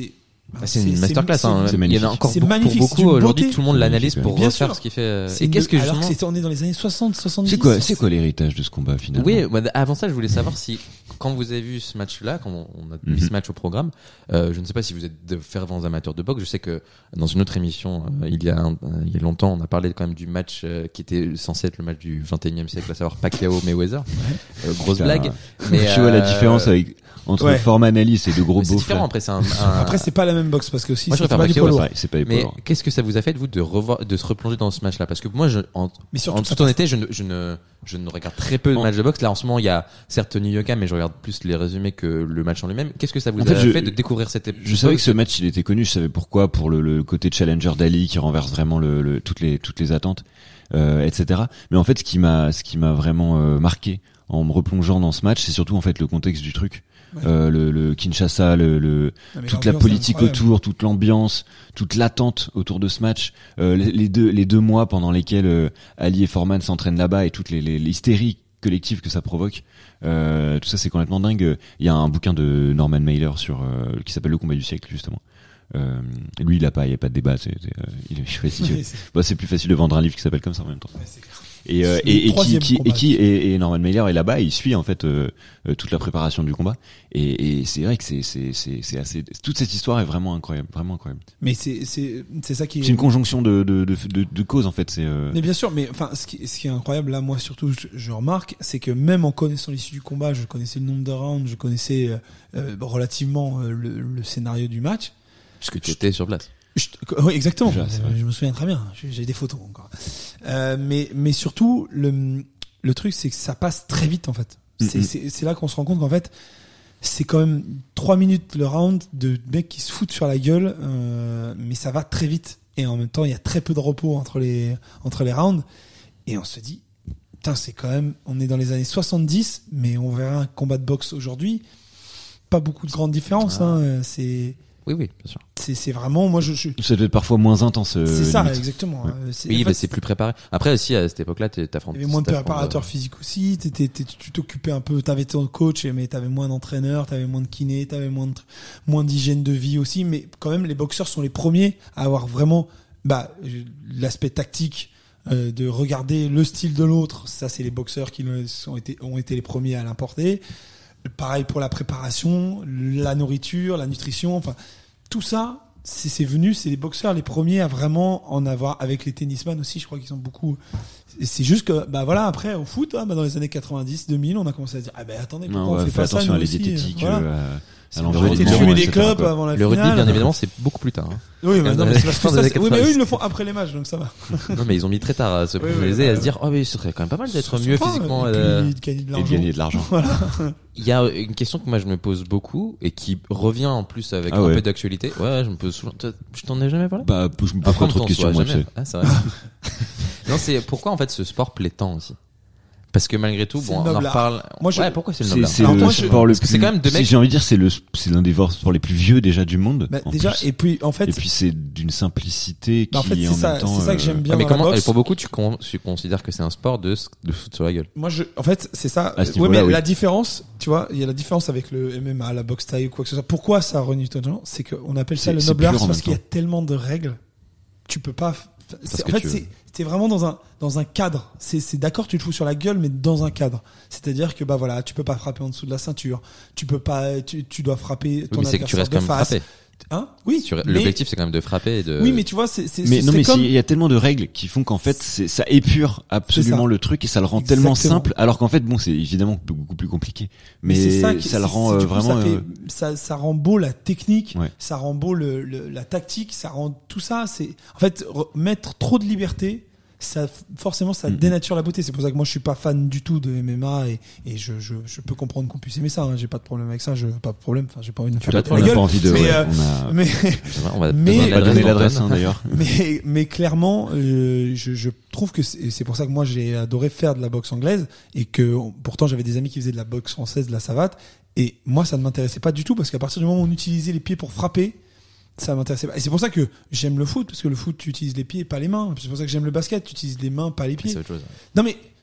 Bah, c'est une masterclass, c'est, hein. c'est Il y en a encore c'est beaucoup, magnifique, pour c'est beaucoup d'une aujourd'hui. beauté. Tout le monde l'analyse pour Bien refaire sûr. ce qu'il fait. C'est Et qu'est-ce que alors justement. que c'était, on est dans les années soixante, soixante-dix. C'est quoi, c'est quoi l'héritage de ce combat finalement? Oui, bah, avant ça, je voulais savoir si, quand vous avez vu ce match-là, quand on a mis Mhm. ce match au programme, euh, je ne sais pas si vous êtes de fervents amateurs de boxe. Je sais que dans une autre émission, euh, il y a un- euh, il y a longtemps, on a parlé quand même du match euh, qui était censé être le match du vingt et unième siècle, à savoir Pacquiao Mayweather. Euh, grosse Putain. blague. Mais tu vois la euh, différence avec entre ouais. Foreman Alice et de gros mais c'est beaufs. différent. là. Après, c'est un, un- Après, c'est pas la même boxe parce que aussi, Moi, je c'est préfère pas du Pacquiao, poids C'est lourd. pas, c'est pas les Mais poids lourds. qu'est-ce que ça vous a fait de vous de revoir, de se replonger dans ce match-là? Parce que moi, je, en, Mais surtout, en ça toute passe- honnêteté, je ne, je ne, je ne regarde très peu de En- matchs de boxe. Là, en ce moment, il y a certes Tony Yoka, mais je regarde plus les résumés que le match en lui-même. Qu'est-ce que ça vous En a fait, je- fait de découvrir cette époque? Je savais que ce match, il était connu. Je savais pourquoi, pour le, le côté challenger d'Ali qui renverse vraiment le, le, toutes les toutes les attentes, euh, et cetera. Mais en fait, ce qui m'a ce qui m'a vraiment euh, marqué en me replongeant dans ce match, c'est surtout en fait le contexte du truc. Ouais. Euh, le, le Kinshasa, le, le Non, mais toute la l'ambiance, politique c'est incroyable. autour, toute l'ambiance, toute l'attente autour de ce match, euh, les, les deux les deux mois pendant lesquels euh, Ali et Foreman s'entraînent là-bas et toute les, les, l'hystérie collective que ça provoque, euh, tout ça c'est complètement dingue. Il y a un bouquin de Norman Mailer sur euh, qui s'appelle Le combat du siècle justement. Euh, lui il a pas, il y a pas de débat, c'est, c'est, euh, il est facile. Ouais, c'est- Bah, c'est plus facile de vendre un livre qui s'appelle comme ça en même temps. ouais, c'est clair. Et, euh, C'est le et, et qui, troisième qui, combat. et qui et, et Norman Mailer est là-bas, et il suit en fait euh, euh, toute la préparation du combat. Et, et c'est vrai que c'est c'est c'est c'est assez. Toute cette histoire est vraiment incroyable, vraiment incroyable. Mais c'est, c'est, c'est ça qui est. C'est une conjonction de de de de, de causes en fait. C'est euh, Mais bien sûr, mais enfin, ce qui, ce qui est incroyable là, moi surtout, je, je remarque, c'est que même en connaissant l'issue du combat, je connaissais le nombre de rounds, je connaissais euh, euh, relativement euh, le, le scénario du match. Parce que tu étais sur place. Je- oui, exactement. Déjà, c'est vrai. je me souviens très bien. J'ai, j'ai des photos encore. Euh, mais mais surtout, le le truc, c'est que ça passe très vite en fait. C'est Mhm. c'est, c'est là qu'on se rend compte qu'en fait, c'est quand même trois minutes le round de mecs qui se foutent sur la gueule, euh, mais ça va très vite. Et en même temps, il y a très peu de repos entre les entre les rounds. Et on se dit, putain, c'est quand même, on est dans les années soixante-dix, mais on verra un combat de boxe aujourd'hui. Pas beaucoup de grandes différences. Ah. Hein. C'est Oui, oui, bien sûr. c'est c'est vraiment, moi je, je ça doit être parfois moins intense. euh, c'est ça, limite. exactement. Ouais. Euh, c'est- Oui, en bah, fait, c'est plus préparé. Après aussi, à cette époque-là, t'es- il t'affrontes. y avait moins de t'affrontes, préparateurs euh, physiques aussi. T'étais, t'étais- tu t'occupais un peu. T'avais ton coach, mais t'avais moins d'entraîneurs, t'avais moins de kinés, t'avais moins de, moins d'hygiène de vie aussi. Mais quand même, les boxeurs sont les premiers à avoir vraiment, bah, l'aspect tactique, euh, de regarder le style de l'autre. Ça, c'est les boxeurs qui le- sont été, ont été les premiers à l'importer. Pareil pour la préparation, la nourriture, la nutrition. Enfin, tout ça, c'est, c'est venu. C'est les boxeurs les premiers à vraiment en avoir. Avec les tennisman aussi, je crois qu'ils ont beaucoup. Et c'est juste que, bah voilà, après au foot, hein, bah, dans les années quatre-vingt-dix, deux mille, on a commencé à se dire, ah ben attendez, pourquoi Non, on on va fait faire pas ça attention nous à les aussi, diététiques, voilà. euh, C'est à on va l'envers arrêter des de gens, fumer des et cetera, clopes quoi. avant la Le rugby, finale. bien évidemment, c'est beaucoup plus tard. hein. Oui, mais non, mais c'est parce que Fin ça, des c'est- oui, mais eux, quatre-vingt-dix. ils le font après les matchs, donc ça va. Non, mais ils ont mis très tard à se Oui, oui, populariser, bah, à se dire, oh, mais ce serait quand même pas mal d'être C'est mieux sympa, physiquement. et puis euh. de gagner de Et de l'argent. gagner de l'argent. Il y a une question que moi je me pose beaucoup et qui revient en plus avec Ah un ouais. peu d'actualité. Ouais, je me pose souvent. Toi, je t'en ai jamais parlé. Bah, je me pose Après, pas on trop de t'en questions, soit moi, tu jamais. sais. Ah, c'est vrai. Non, c'est pourquoi en fait ce sport plaît tant aussi. Parce que malgré tout, C'est bon, le on en noble reparle. Moi, je- Ouais, pourquoi c'est le C'est, noble c'est art le moi, je- sport le parce que plus, c'est quand même deux si mecs- j'ai envie de dire, c'est le, c'est l'un des sports les plus vieux déjà du monde. Bah, en déjà, plus. et puis, en fait, Et puis c'est d'une simplicité qui bah, en fait, c'est en ça, même temps. c'est ça que euh, j'aime bien Ah, mais dans la comment boxe. et pour beaucoup, tu, con- tu considères que c'est un sport de s- de foutre sur la gueule. Moi, je, en fait, c'est ça. À ce ouais, niveau-là, mais oui. la différence, tu vois, il y a la différence avec le M M A, la boxe thaï ou quoi que ce soit. Pourquoi ça renie tant de gens? C'est qu'on appelle ça C'est- le c'est noble art pur en parce même qu'il y a temps. tellement de règles. Tu peux pas, f- c'est- que en fait, tu veux. c'est, c'est vraiment dans un, dans un cadre. C'est, c'est d'accord, tu te fous sur la gueule, mais dans un cadre. C'est-à-dire que, bah voilà, tu peux pas frapper en dessous de la ceinture. Tu peux pas, tu, tu dois frapper Oui, ton mais c'est que tu adversaire restes de quand même face. frappé. Hein? Oui. Tu- mais- L'objectif, c'est quand même de frapper et de. Oui, mais tu vois, c'est, c'est, Mais c'est non, mais comme, si, il y a tellement de règles qui font qu'en fait, c'est, ça épure absolument ça. le truc et ça le rend tellement Exactement. simple, alors qu'en fait, bon, c'est évidemment beaucoup plus compliqué. Mais, c'est ça, qui- le c'est- rend c'est- euh, du coup, vraiment. ça, fait- euh, ça, ça rend beau la technique, Ouais. ça rend beau le, le- la tactique, ça rend tout ça. C'est en fait re- mettre trop de liberté. Ça, forcément, ça Mhm. dénature la beauté. C'est pour ça que moi, je suis pas fan du tout de M M A et, et je, je, je peux comprendre qu'on puisse aimer ça. Hein. J'ai pas de problème avec ça. Je pas de problème. Enfin, j'ai pas envie de me faire Toi, péter on la n'a gueule. pas envie de. Mais, ouais, euh, on a. Mais, C'est vrai, on va Mais- donner On va donner l'adresse, d'Antoine. hein, d'ailleurs. mais, mais clairement, euh, je, je trouve que c'est, c'est pour ça que moi, j'ai adoré faire de la boxe anglaise et que pourtant, j'avais des amis qui faisaient de la boxe française, de la savate. Et moi, ça ne m'intéressait pas du tout parce qu'à partir du moment où on utilisait les pieds pour frapper, ça m'intéressait pas. Et c'est pour ça que j'aime le foot parce que le foot, tu utilises les pieds et pas les mains. C'est pour ça que j'aime le basket, tu utilises les mains, pas les pieds. C'est autre chose. Non mais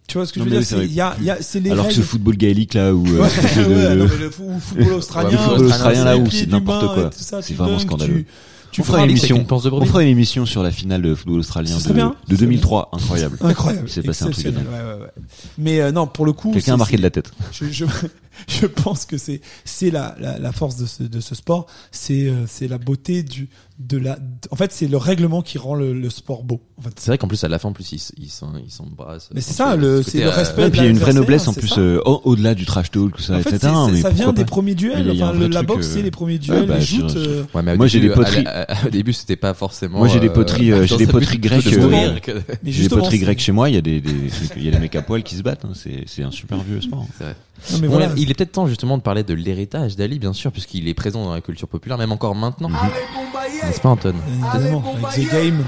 Tu vois ce que Non, je veux mais dire? c'est vrai C'est, il y a, il y a, c'est les Alors que règles. ce football gaélique là où euh, Ouais, de- ouais, de- non, mais le fo- ou football australien, le football australien, là, les où pieds c'est du n'importe bain quoi. et tout ça, C'est tu vraiment dunks, scandaleux. Tu, tu on fera une frappes. émission, avec une panse de on brebis. fera une émission sur la finale de football australien Ce serait de, bien. de deux mille trois, incroyable. Incroyable. Il s'est passé un truc de dingue. Exceptionnel, ouais, ouais, ouais. Mais euh, non, pour le coup, Quelqu'un a c'est- marqué de la tête. Je, je, je pense que c'est c'est la, la la force de ce de ce sport, c'est euh, c'est la beauté du de la. En fait, c'est le règlement qui rend le, le sport beau. En fait. C'est vrai qu'en plus à la fin en plus ils s- ils s'en- ils s'embrassent. Mais c'est Enfin, ça, ce le côté, c'est le euh, respect. Ouais, de puis il y a une vraie l'adversaire, noblesse en c'est plus ça. euh, au- au-delà du trash talk, tout ça, En fait, et c'est- cetera. c'est- mais ça vient pourquoi des pas. premiers duels. Il y a un Enfin, vrai le- la truc, boxe, euh, c'est les premiers duels, bah, les sur- joutes. euh, Ouais, mais au Moi, j'ai début, des poteries- à la- à- Au début, c'était pas forcément. Moi, j'ai des euh, poteries, euh, j'ai dans des sa poteries but plutôt grecques, de se euh, nourrir que- Mais J'ai des justement, poteries c'est- grecques chez moi, il y a des, des il y a des mecs à poil qui se battent, hein. c'est c'est un super vieux sport. C'est vrai. Non, mais Bon, voilà. il est peut-être temps justement de parler de l'héritage d'Ali, bien sûr, puisqu'il est présent dans la culture populaire, même encore maintenant. N'est-ce pas, Anton? Bien évidemment, avec The Game.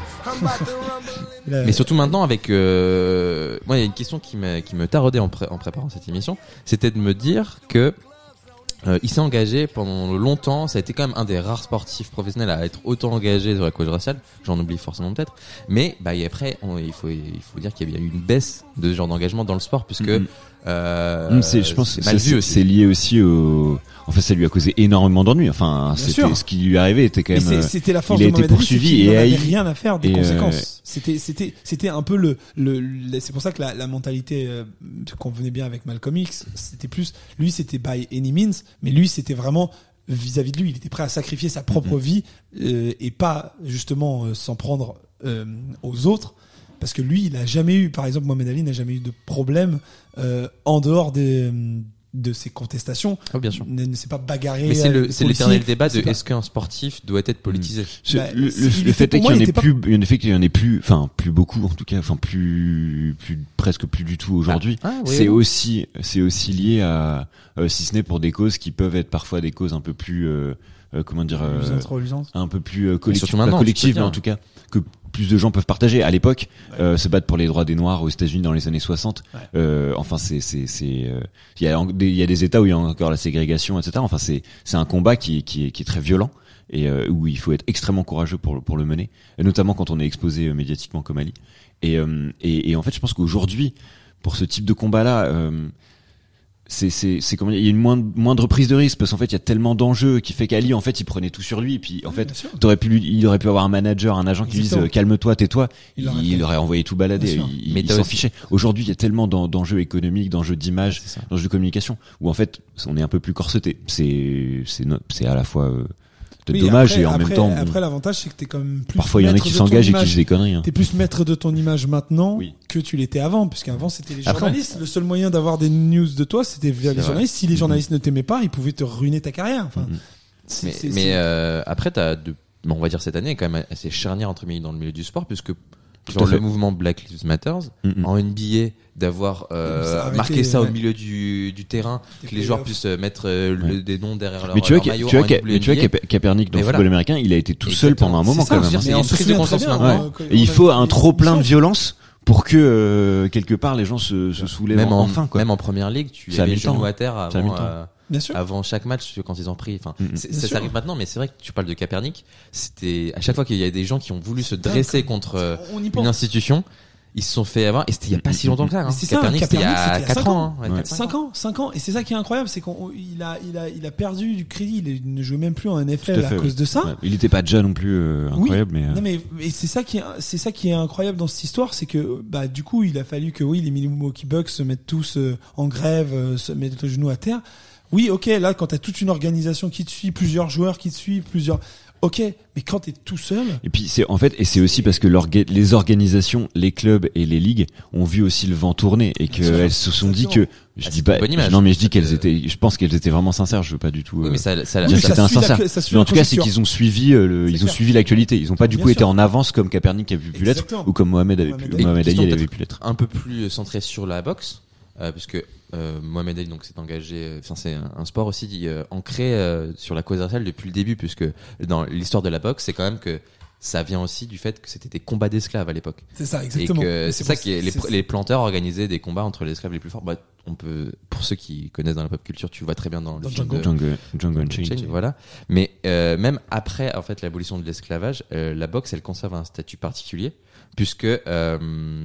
Là, Mais surtout maintenant avec euh... moi il y a une question qui me qui me taraudait en, pré- en préparant cette émission, c'était de me dire que euh, il s'est engagé pendant longtemps, ça a été quand même un des rares sportifs professionnels à être autant engagé sur la cause raciale, j'en oublie forcément peut-être, mais bah et après on, il faut il faut dire qu'il y a eu une baisse de ce genre d'engagement dans le sport puisque Mhm. euh, Hum, c'est, je pense c'est que mal ça, vu c'est, aussi. c'est lié aussi au. En fait, ça lui a causé énormément d'ennuis. Enfin, Bien c'était sûr. ce qui lui arrivait était quand Mais même. c'est- euh, c'était la force il a de été Mohamed Ali, poursuivi c'est qu'il et n'en avait haï. rien à faire des Et, euh, conséquences. C'était, c'était, c'était un peu le, le, le- c'est pour ça que la, la mentalité euh, qu'on venait bien avec Malcolm X, c'était plus, lui c'était by any means, mais lui c'était vraiment vis-à-vis de lui, il était prêt à sacrifier sa propre vie euh, et pas justement euh, s'en prendre euh, aux autres. Parce que lui, il a jamais eu, par exemple, Mohamed Ali n'a jamais eu de problème euh, en dehors des, de ses contestations. Oh, bien sûr. Ne, ne s'est pas bagarré. Mais c'est avec le des c'est policiers. l'éternel débat de C'est pas- est-ce qu'un sportif doit être politisé. C'est- Bah, le, c'est- le- il le était- fait est pour qu'il moi, y en il ait était pas- plus, il y en a fait qu'il y en ait plus, enfin plus beaucoup en tout cas, enfin plus, plus presque plus du tout aujourd'hui. Ah, oui, c'est oui. aussi, c'est aussi lié à, euh, si ce n'est pour des causes qui peuvent être parfois des causes un peu plus, euh, euh, comment dire, euh, Luisante, reluisante. un peu plus euh, collectives, surtout pas maintenant, collectives, tu peux mais en dire. tout cas que plus de gens peuvent partager. À l'époque, euh, se battre pour les droits des Noirs aux États-Unis dans les années soixante. Ouais. Euh, enfin, c'est, c'est, c'est, euh, il y a, en- des- il y a des États où il y a encore la ségrégation, et cetera. Enfin, c'est, c'est un combat qui, qui est, qui est très violent et euh, où il faut être extrêmement courageux pour, le- pour le mener, et notamment quand on est exposé euh, médiatiquement comme Ali. Et, euh, et, et en fait, je pense qu'aujourd'hui, pour ce type de combat-là, euh, c'est c'est c'est comment dire, il y a une moindre moindre prise de risque parce qu'en fait il y a tellement d'enjeux qui fait qu'Ali en fait il prenait tout sur lui et puis en fait bien sûr. t'aurais pu lui, il aurait pu avoir un manager, un agent qui lui dise Exactement. euh, calme-toi, tais-toi, Il il, aurait il fait. aurait envoyé tout balader, Bien sûr. il, Mais il t'as s'en aussi- fichait. Aujourd'hui il y a tellement d'en- d'enjeux économiques, d'enjeux d'image, C'est ça. d'enjeux de communication où en fait on est un peu plus corseté. C'est c'est no- c'est à la fois euh, de Oui, dommage après- et en après- même temps bon, Après, l'avantage, c'est que t'es quand même plus. parfois il y en a maître qui de ton s'engagent et qui image. disent des conneries. Hein. T'es plus maître de ton image maintenant Oui. que tu l'étais avant, puisqu'avant c'était les Après, journalistes. Le seul moyen d'avoir des news de toi, c'était via C'est les vrai. journalistes. Si les journalistes ne t'aimaient pas, ils pouvaient te ruiner ta carrière. Enfin, Mhm. c'est- Mais, c'est- mais c'est- euh, après, t'as de, bon, on va dire cette année est quand même assez charnière entre guillemets dans le milieu du sport, puisque Tout sur à le fait. mouvement Black Lives Matter, Mhm. en N B A, d'avoir euh, Ça a arrêté, marqué ça ouais. au milieu du, du terrain, Des que les joueurs playoffs. puissent euh, mettre euh, le- Ouais. des noms derrière leur, Mais tu vois, leur que- maillot tu vois, en que- W N B A. mais tu vois Kap- Kaepernick dans Mais le voilà. football américain, il a été tout seul Exactement. pendant un moment C'est ça, quand même. je veux dire, hein. C'est mais une on se prise de souvient conscience très bien, maintenant. hein, quand Et il on faut avait un des trop plein de émissions. violence pour que euh, quelque part les gens se, se soulèvent Même en, enfin quoi. même en première ligue, tu Ça a avais mis les le temps, genoux hein. à terre Ça a mis avant, le temps. euh, Bien sûr. avant chaque match quand ils ont pris. Enfin, Mhm. c'est- Bien ça sûr. s'arrive maintenant, mais c'est vrai que tu parles de Kaepernick. C'était à chaque fois qu'il y a des gens qui ont voulu se dresser contre euh, On y une pense. institution, ils se sont fait avoir. Et c'était il y a pas si longtemps que ça. Hein. Mais c'est ça, Kaepernick, c'était il y Kaepernick, a c'était il y a quatre cinq ans. ans. hein. Ouais, Ouais. quatre, cinq cinq ans, cinq ans, et c'est ça qui est incroyable, c'est qu'il a, il a, il a perdu du crédit. Il ne joue même plus en N F Tout à L à, fait, cause ouais. de ça. Ouais. Il était pas déjà non plus euh, Oui. incroyable, mais, euh, Non mais, mais c'est ça qui est c'est ça qui est incroyable dans cette histoire, c'est que bah du coup il a fallu que oui les Milwaukee Bucks se mettent tous euh, en grève, euh, se mettent le genou à terre. Oui, ok, là quand t'as toute une organisation qui te suit, plusieurs joueurs qui te suivent, plusieurs, ok, mais quand t'es tout seul, Et puis c'est en fait et c'est aussi parce que l'orga- les organisations, les clubs et les ligues ont vu aussi le vent tourner et Bien sûr. qu'elles se sont dit que je Ah, dis c'est pas une bonne image. non mais je dis qu'elles Cette, étaient je pense qu'elles étaient vraiment sincères, je veux pas du tout Oui, euh, mais ça, ça, dire Oui, que ça c'était suit la- insincère. ça suit Mais en la tout cas, c'est conjecture. qu'ils ont suivi euh, le, C'est ils ont clair. suivi l'actualité. Ils ont pas du Bien coup sûr. été en avance comme Kaepernick a pu l'être Exactement. ou comme Mohamed avait pu, Mohamed Ali. Mohamed Ali Question avait peut-être pu l'être. un peu plus centré sur la boxe, euh, puisque euh, Mohamed Ali donc s'est engagé. Enfin, c'est un, un sport aussi euh, ancré euh, sur la cause raciale depuis le début, puisque dans l'histoire de la boxe, c'est quand même que ça vient aussi du fait que c'était des combats d'esclaves à l'époque. c'est ça Et exactement. que Mais c'est ça pour- qui est, les, c'est- les planteurs organisaient des combats entre les esclaves les plus forts. Bah, on peut, pour ceux qui connaissent dans la pop culture, tu le vois très bien dans le Dans film Django. de- Django, Django Django Unchained. Unchained, voilà. Mais euh, même après en fait l'abolition de l'esclavage, euh, la boxe elle conserve un statut particulier puisque euh,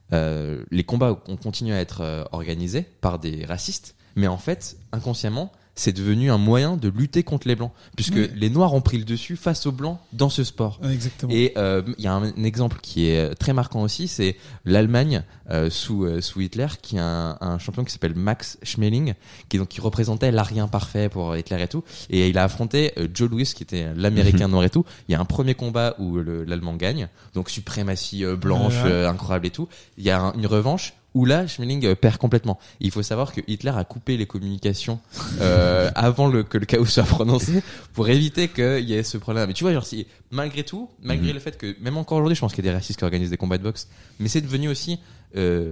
euh, les combats ont continué à être euh, organisés par des racistes, mais en fait, inconsciemment, c'est devenu un moyen de lutter contre les blancs, puisque oui. les noirs ont pris le dessus face aux blancs dans ce sport. Exactement. Et il euh, y a un, un exemple qui est très marquant aussi, c'est l'Allemagne euh, sous euh, sous Hitler, qui a un, un champion qui s'appelle Max Schmeling, qui donc qui représentait l'arien parfait pour Hitler et tout, et il a affronté euh, Joe Louis, qui était l'Américain noir et tout. Il y a un premier combat où le, l'Allemand gagne, donc suprématie euh, blanche ouais. euh, incroyable et tout. Il y a un, une revanche où là, Schmeling perd complètement. Il faut savoir que Hitler a coupé les communications euh, avant le, que le chaos soit prononcé pour éviter qu'il y ait ce problème. Mais tu vois, genre, si, malgré tout, malgré mmh. le fait que, même encore aujourd'hui, je pense qu'il y a des racistes qui organisent des combats de boxe, mais c'est devenu aussi... Euh,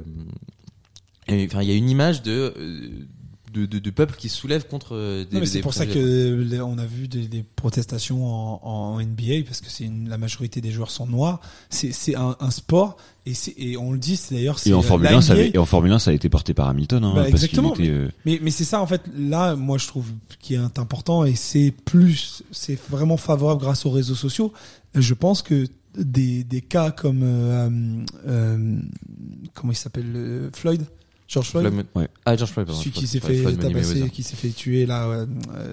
enfin, il y a une image de... Euh, De, de, de peuple qui se soulève contre des. Non, mais c'est des pour ça que on a vu des, des protestations en, en N B A parce que c'est une, la majorité des joueurs sont noirs. C'est, c'est un, un sport et, c'est, et on le dit. C'est d'ailleurs. C'est et en Formule un, ça avait, et en Formule un, ça a été porté par Hamilton. Hein, bah, parce exactement. qu'il était, euh... mais, mais mais c'est ça en fait. Là, moi, je trouve qui est important et c'est plus, c'est vraiment favorable grâce aux réseaux sociaux. Je pense que des des cas comme euh, euh, comment il s'appelle euh, Floyd. George Floyd, Floyd ouais. Ah, George Floyd, pardon. Celui qui s'est Floyd, fait Floyd, tabasser, qui s'est fait tuer là. Euh,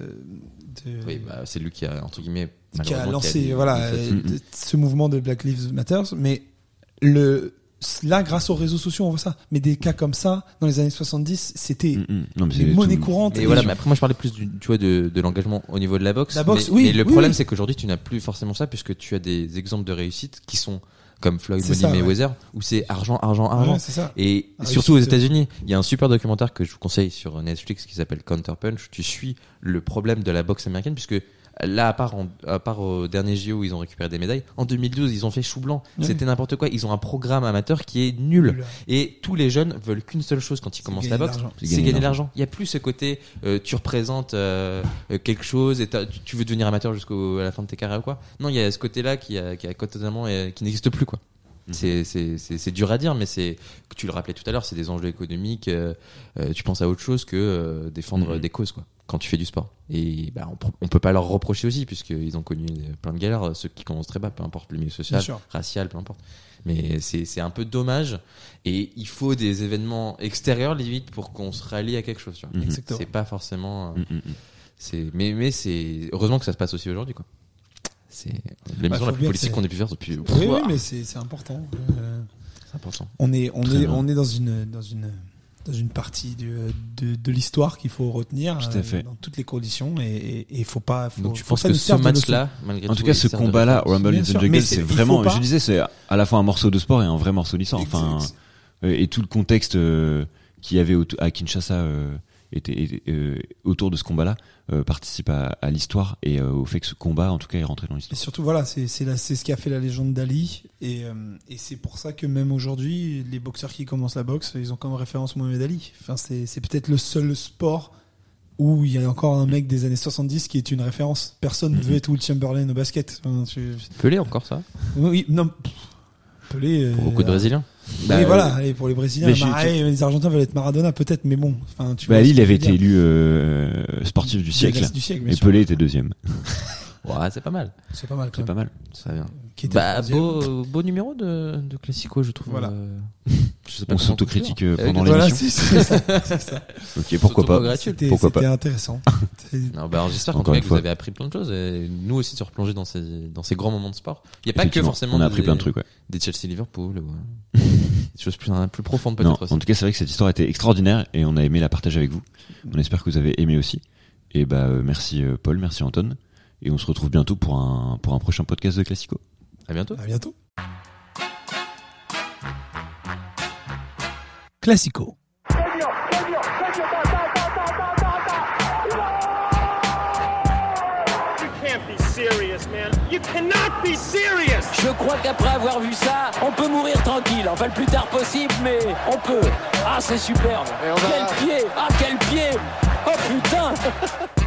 de... Oui, bah, c'est lui qui a entre guillemets qui a lancé qui a voilà euh, mm-hmm. ce mouvement de Black Lives Matter. Mais le là, grâce aux réseaux sociaux, on voit ça. Mais des cas comme ça dans les années soixante-dix, c'était mm-hmm. non, mais des monnaies tout... courantes. Mais voilà, mais après moi je parlais plus du, tu vois de, de l'engagement au niveau de la boxe. La boxe, mais, oui. Mais le oui, problème oui. c'est qu'aujourd'hui tu n'as plus forcément ça puisque tu as des exemples de réussite qui sont comme Floyd c'est Money ça, Mayweather, ouais. où c'est argent, argent, argent. Ouais, c'est ça. Et ah, surtout aux c'est... États-Unis, il y a un super documentaire que je vous conseille sur Netflix qui s'appelle Counter Punch. Tu suis le problème de la boxe américaine, puisque là, à part, en, à part au dernier J O où ils ont récupéré des médailles, en deux mille douze, ils ont fait chou blanc. Ouais. C'était n'importe quoi. Ils ont un programme amateur qui est nul. nul. Et tous les jeunes veulent qu'une seule chose quand ils c'est commencent la boxe, c'est, c'est gagner de l'argent. Il y a plus ce côté, euh, tu représentes euh, quelque chose et tu veux devenir amateur jusqu'à la fin de tes carrières ou quoi. Non, il y a ce côté-là qui a, qui a totalement, et, qui n'existe plus, quoi. C'est, c'est, c'est, c'est dur à dire, mais c'est, tu le rappelais tout à l'heure, c'est des enjeux économiques. Euh, euh, tu penses à autre chose que euh, défendre mmh. des causes, quoi, quand tu fais du sport. Et bah, on, on peut pas leur reprocher aussi, puisqu'ils ont connu plein de galères, ceux qui commencent très bas, peu importe le milieu social, racial, peu importe. Mais c'est, c'est un peu dommage. Et il faut des événements extérieurs, limite, pour qu'on se rallie à quelque chose. Tu vois. Mmh. C'est pas forcément. Euh, mmh. c'est, mais, mais c'est heureusement que ça se passe aussi aujourd'hui, quoi. C'est l'émission bah, la plus politique qu'on ait pu faire depuis. Oui, oui, mais c'est, c'est important. Euh, c'est important. On est, on est, on est dans une, dans une, dans une partie de, de, de l'histoire qu'il faut retenir euh, dans toutes les conditions et il faut pas. Faut, Donc tu faut penses que ce match-là, malgré en tout, tout cas, ce combat-là, Rumble in the Jungle, c'est vraiment. Je disais, c'est à la fois un morceau de sport et un vrai morceau d'histoire. Enfin, euh, et tout le contexte euh, qu'il y avait au, à Kinshasa. Euh, était, était euh, autour de ce combat-là euh, participe à, à l'histoire et euh, au fait que ce combat en tout cas est rentré dans l'histoire. Et surtout voilà, c'est c'est, la, c'est ce qui a fait la légende d'Ali et euh, et c'est pour ça que même aujourd'hui les boxeurs qui commencent la boxe, ils ont comme référence Mohamed Ali. Enfin c'est c'est peut-être le seul sport où il y a encore un mec des années soixante-dix qui est une référence. Personne ne mm-hmm. veut être Will Chamberlain au basket. Enfin, tu... Pelé encore ça. Oui, non. Pelé euh, pour beaucoup de Brésiliens. Bah, oui, euh, voilà, et pour les Brésiliens, bah, tu... les Argentins veulent être Maradona peut-être, mais bon. Enfin, tu bah, vois, Ali, il avait été élu euh, sportif du siècle, du siècle et Pelé était deuxième. Ouais, c'est pas mal. C'est pas mal. C'est pas mal. Ça vient. Bah, beau, beau numéro de, de Classico, je trouve. Voilà. Euh, je sais pas On s'autocritique euh, pendant voilà, l'émission. C'est, c'est ça, c'est ça. Ok, pourquoi pas. C'était, pourquoi c'était pas. intéressant. Non, bah, alors, j'espère qu'en tout cas que vous avez appris plein de choses et nous aussi de se replonger dans ces, dans ces grands moments de sport. Il n'y a pas que forcément. On a appris des, plein de trucs, ouais. Des Chelsea Liverpool ou des choses plus, plus profondes peut-être non, aussi. En tout cas, c'est vrai que cette histoire était extraordinaire et on a aimé la partager avec vous. On espère que vous avez aimé aussi. Et bah, merci Paul, merci Anton. Et on se retrouve bientôt pour un, pour un prochain podcast de Classico. À bientôt. À bientôt. Classico. Je crois qu'après avoir vu ça, on peut mourir tranquille. Enfin, le plus tard possible, mais on peut. Ah, c'est superbe. Quel pied. Ah, quel pied. Oh, putain.